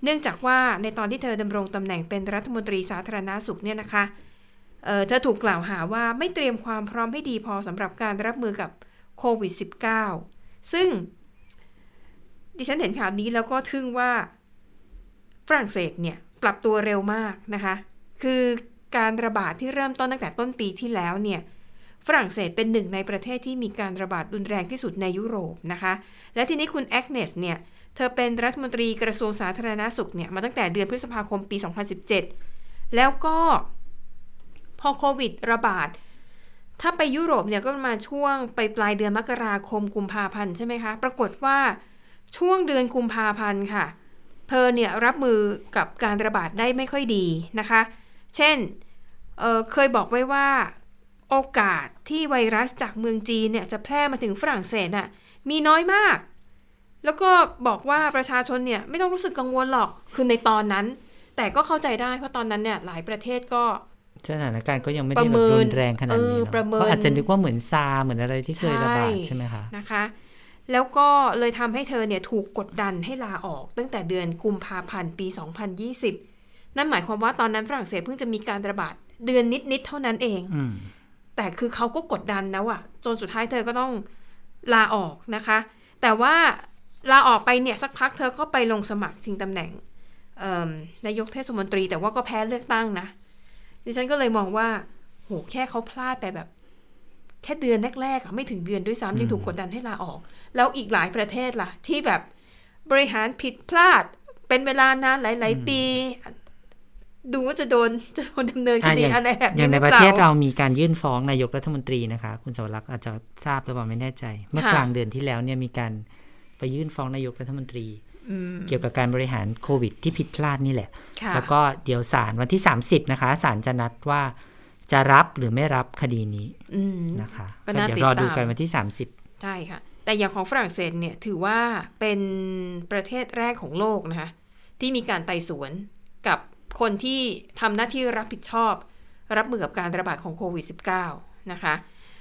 Speaker 8: เนื่องจากว่าในตอนที่เธอดำรงตำแหน่งเป็นรัฐมนตรีสาธารณสุขเนี่ยนะคะเอ่อเธอถูกกล่าวหาว่าไม่เตรียมความพร้อมให้ดีพอสำหรับการรับมือกับโควิด สิบเก้า ซึ่งดิฉันเห็นข่าวนี้แล้วก็ทึ่งว่าฝรั่งเศสเนี่ยปรับตัวเร็วมากนะคะคือการระบาดที่เริ่มต้นตั้งแต่ต้นปีที่แล้วเนี่ยฝรั่งเศสเป็นหนึ่งในประเทศที่มีการระบาดรุนแรงที่สุดในยุโรปนะคะและทีนี้คุณแอกเนสเนี่ยเธอเป็นรัฐมนตรีกระทรวงสาธารณสุขเนี่ยมาตั้งแต่เดือนพฤษภาคมปีสองพันสิบเจ็ดแล้วก็พอโควิดระบาดถ้าไปยุโรปเนี่ยก็มาช่วงไปปลายเดือนมกราคมกุมภาพันธ์ใช่ไหมคะปรากฏว่าช่วงเดือนกุมภาพันธ์ค่ะเธอเนี่ยรับมือกับการระบาดได้ไม่ค่อยดีนะคะเช่น เ, เคยบอกไว้ว่าโอกาสที่ไวรัสจากเมืองจีนเนี่ยจะแพร่มาถึงฝรั่งเศสน่ะมีน้อยมากแล้วก็บอกว่าประชาชนเนี่ยไม่ต้องรู้สึกกังวลหรอกคือในตอนนั้นแต่ก็เข้าใจได้เพราะตอนนั้นเนี่ยหลายประเทศก็
Speaker 3: สถานการณ์ก็ยังไม่ได้แบบรุนแรงขนาดนี้เนาะเพราะอาจจะนึกว่าเหมือนซาร์เหมือนอะไรที่เคยระบาดใช่ไหมคะ
Speaker 8: นะคะแล้วก็เลยทำให้เธอเนี่ยถูกกดดันให้ลาออกตั้งแต่เดือนกุมภาพันธ์ปีสองพันยี่สิบนั่นหมายความว่าตอนนั้นฝรั่งเศสเพิ่งจะมีการระบาดเดือนนิดๆเท่านั้นเองแต่คือเขาก็กดดันนะว่ะจนสุดท้ายเธอก็ต้องลาออกนะคะแต่ว่าลาออกไปเนี่ยสักพักเธอก็ไปลงสมัครชิงตำแหน่งนายกเทศมนตรีแต่ว่าก็แพ้เลือกตั้งนะดิฉันก็เลยมองว่าโหแค่เขาพลาดไปแบบแค่เดือนแรกๆไม่ถึงเดือนด้วยซ้ำยังถูกกดดันให้ลาออกแล้วอีกหลายประเทศล่ะที่แบบบริหารผิดพลาดเป็นเวลานานหลายๆปีดูว่าจะโดนจะโดนดำเนินคดีอะไรแบบนี้
Speaker 3: อย่างในประเทศเรามีการยื่นฟ้องนายกรัฐมนตรีนะคะคุณสวรักษ์อาจจะทราบหรือเปล่าไม่แน่ใจเมื่อกลางเดือนที่แล้วเนี่ยมีการไปยื่นฟ้องนายกรัฐมนตรีเกี่ยวกับการบริหารโควิดที่ผิดพลาดนี่แหละแล้วก็เดี๋ยวศาลวันที่สามสิบนะคะศาลจะนัดว่าจะรับหรือไม่รับคดีนี้นะคะก็เดี๋ยวรอดูกันวันที่สามสิบ
Speaker 8: ใช่ค่ะแต่อย่างของฝรั่งเศสเนี่ยถือว่าเป็นประเทศแรกของโลกนะคะที่มีการไต่สวนกับคนที่ทำหน้าที่รับผิดชอบรับมือกับการระบาดของโควิด สิบเก้า นะคะ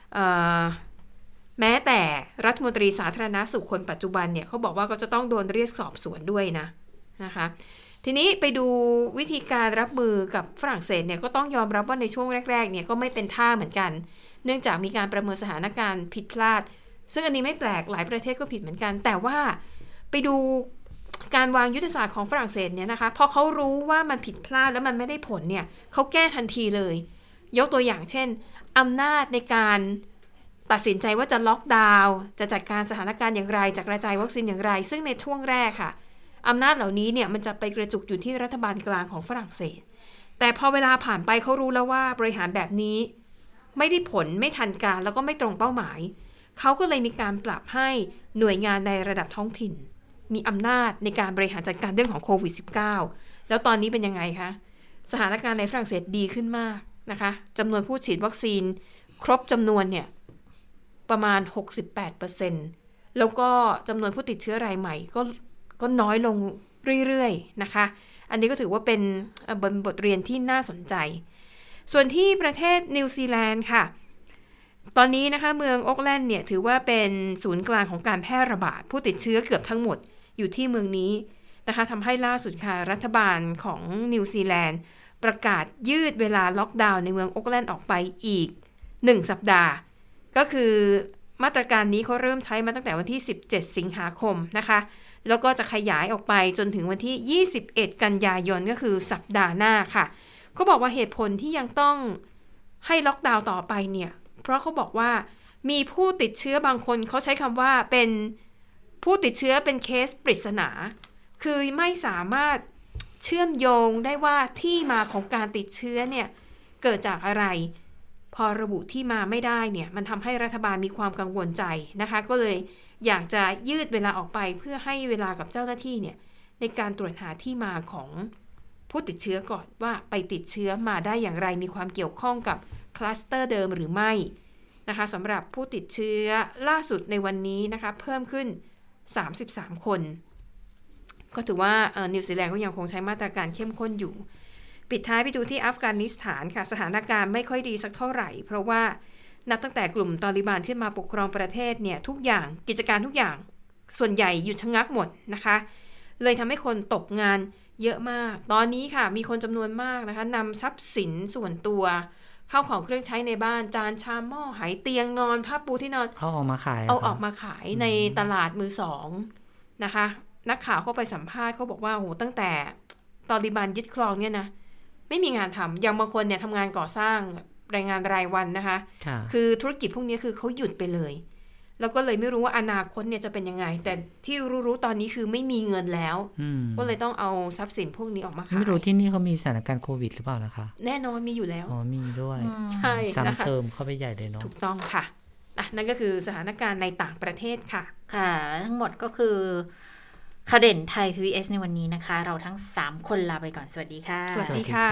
Speaker 8: แม้แต่รัฐมนตรีสาธารณสุขคนปัจจุบันเนี่ยเขาบอกว่าก็จะต้องโดนเรียกสอบสวนด้วยนะนะคะทีนี้ไปดูวิธีการรับมือกับฝรั่งเศสเนี่ยก็ต้องยอมรับว่าในช่วงแรกๆเนี่ยก็ไม่เป็นท่าเหมือนกันเนื่องจากมีการประเมินสถานการณ์ผิดพลาดซึ่งอันนี้ไม่แปลกหลายประเทศก็ผิดเหมือนกันแต่ว่าไปดูการวางยุทธศาสตร์ของฝรั่งเศสเนี่ยนะคะพอเขารู้ว่ามันผิดพลาดแล้วมันไม่ได้ผลเนี่ยเขาแก้ทันทีเลยยกตัวอย่างเช่นอำนาจในการตัดสินใจว่าจะล็อกดาวน์จะจัดการสถานการณ์อย่างไรจะกระจายวัคซีนอย่างไรซึ่งในช่วงแรกค่ะอำนาจเหล่านี้เนี่ยมันจะไปกระจุกอยู่ที่รัฐบาลกลางของฝรั่งเศสแต่พอเวลาผ่านไปเขารู้แล้วว่าบริหารแบบนี้ไม่ได้ผลไม่ทันการแล้วก็ไม่ตรงเป้าหมายเขาก็เลยมีการปรับให้หน่วยงานในระดับท้องถิ่นมีอำนาจในการบริหารจัดการเรื่องของโควิด สิบเก้า แล้วตอนนี้เป็นยังไงคะสถานการณ์ในฝรั่งเศสดีขึ้นมากนะคะจำนวนผู้ฉีดวัคซีนครบจำนวนเนี่ยประมาณ หกสิบแปดเปอร์เซ็นต์ แล้วก็จำนวนผู้ติดเชื้อรายใหม่ก็ก็น้อยลงเรื่อยๆนะคะอันนี้ก็ถือว่าเป็นบทเรียนที่น่าสนใจส่วนที่ประเทศนิวซีแลนด์ค่ะตอนนี้นะคะเมืองโอ๊กแลนด์เนี่ยถือว่าเป็นศูนย์กลางของการแพร่ระบาดผู้ติดเชื้อเกือบทั้งหมดอยู่ที่เมืองนี้นะคะทำให้ล่าสุดค่ะรัฐบาลของนิวซีแลนด์ประกาศยืดเวลาล็อกดาวน์ในเมืองโอ๊กแลนด์ออกไปอีกหนึ่งสัปดาห์ก็คือมาตรการนี้เขาเริ่มใช้มาตั้งแต่วันที่สิบเจ็ดสิงหาคมนะคะแล้วก็จะขยายออกไปจนถึงวันที่ยี่สิบเอ็ดกันยายนก็คือสัปดาห์หน้าค่ะก็บอกว่าเหตุผลที่ยังต้องให้ล็อกดาวน์ต่อไปเนี่ยเพราะเขาบอกว่ามีผู้ติดเชื้อบางคนเขาใช้คำว่าเป็นผู้ติดเชื้อเป็นเคสปริศนาคือไม่สามารถเชื่อมโยงได้ว่าที่มาของการติดเชื้อเนี่ยเกิดจากอะไรพอระบุที่มาไม่ได้เนี่ยมันทำให้รัฐบาลมีความกังวลใจนะคะก็เลยอยากจะยืดเวลาออกไปเพื่อให้เวลากับเจ้าหน้าที่เนี่ยในการตรวจหาที่มาของผู้ติดเชื้อก่อนว่าไปติดเชื้อมาได้อย่างไรมีความเกี่ยวข้องกับคลัสเตอร์เดิมหรือไม่นะคะสำหรับผู้ติดเชื้อล่าสุดในวันนี้นะคะเพิ่มขึ้นสามสิบสามคนก็ถือว่านิวซีแลนด์ก็ยังคงใช้มาตรการเข้มข้นอยู่ปิดท้ายไปดูที่อัฟกานิสถานค่ะสถานการณ์ไม่ค่อยดีสักเท่าไหร่เพราะว่านับตั้งแต่กลุ่มตอลิบานขึ้นมาปกครองประเทศเนี่ยทุกอย่างกิจการทุกอย่างส่วนใหญ่หยุดชะงักหมดนะคะเลยทำให้คนตกงานเยอะมากตอนนี้ค่ะมีคนจำนวนมากนะคะนำทรัพย์สินส่วนตัวเข้าของเครื่องใช้ในบ้านจานชามหม้อไหเตียงนอนผ้าปูที่นอน
Speaker 3: เอาออกมาขาย
Speaker 8: เอาออกมาขายในตลาดมือสองนะคะนักข่าวเข้าไปสัมภาษณ์เขาบอกว่าโหตั้งแต่ตอลิบันยึดครองเนี่ยนะไม่มีงานทำอย่างบางคนเนี่ยทำงานก่อสร้างรายงานรายวันนะคะคือธุรกิจพวกนี้คือเขาหยุดไปเลยแล้วก็เลยไม่รู้ว่าอนาคตเนี่ยจะเป็นยังไงแต่ที่รู้ๆตอนนี้คือไม่มีเงินแล้วก็เลยต้องเอาทรัพย์สินพวกนี้ออกมาขาย
Speaker 3: ไม่รู้ที่นี่เขามีสถานการณ์โควิดหรือเปล่านะคะ
Speaker 8: แน่นอนมีอยู่แล้ว
Speaker 3: อ๋อมีด้วย
Speaker 8: ใช่นะคะ
Speaker 3: ซ้ำเติมเข้าไปใหญ่เลยเนาะ
Speaker 8: ถูกต้องค่ะอ่ะนั่นก็คือสถานการณ์ในต่างประเทศค่ะ
Speaker 2: ค่ะทั้งหมดก็คือข่าวเด่นไทย พี บี เอส ในวันนี้นะคะเราทั้งสามคนลาไปก่อนสวัสดีค่ะ
Speaker 8: สวัสดีค่ะ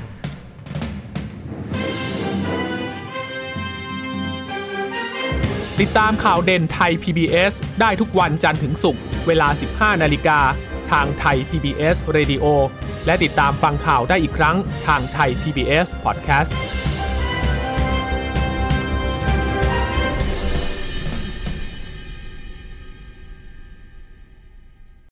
Speaker 1: ติดตามข่าวเด่นไทย พี บี เอส ได้ทุกวันจันทร์ถึงศุกร์เวลา สิบห้านาฬิกาทางไทย พี บี เอส Radio และติดตามฟังข่าวได้อีกครั้งทางไทย พี บี เอส Podcast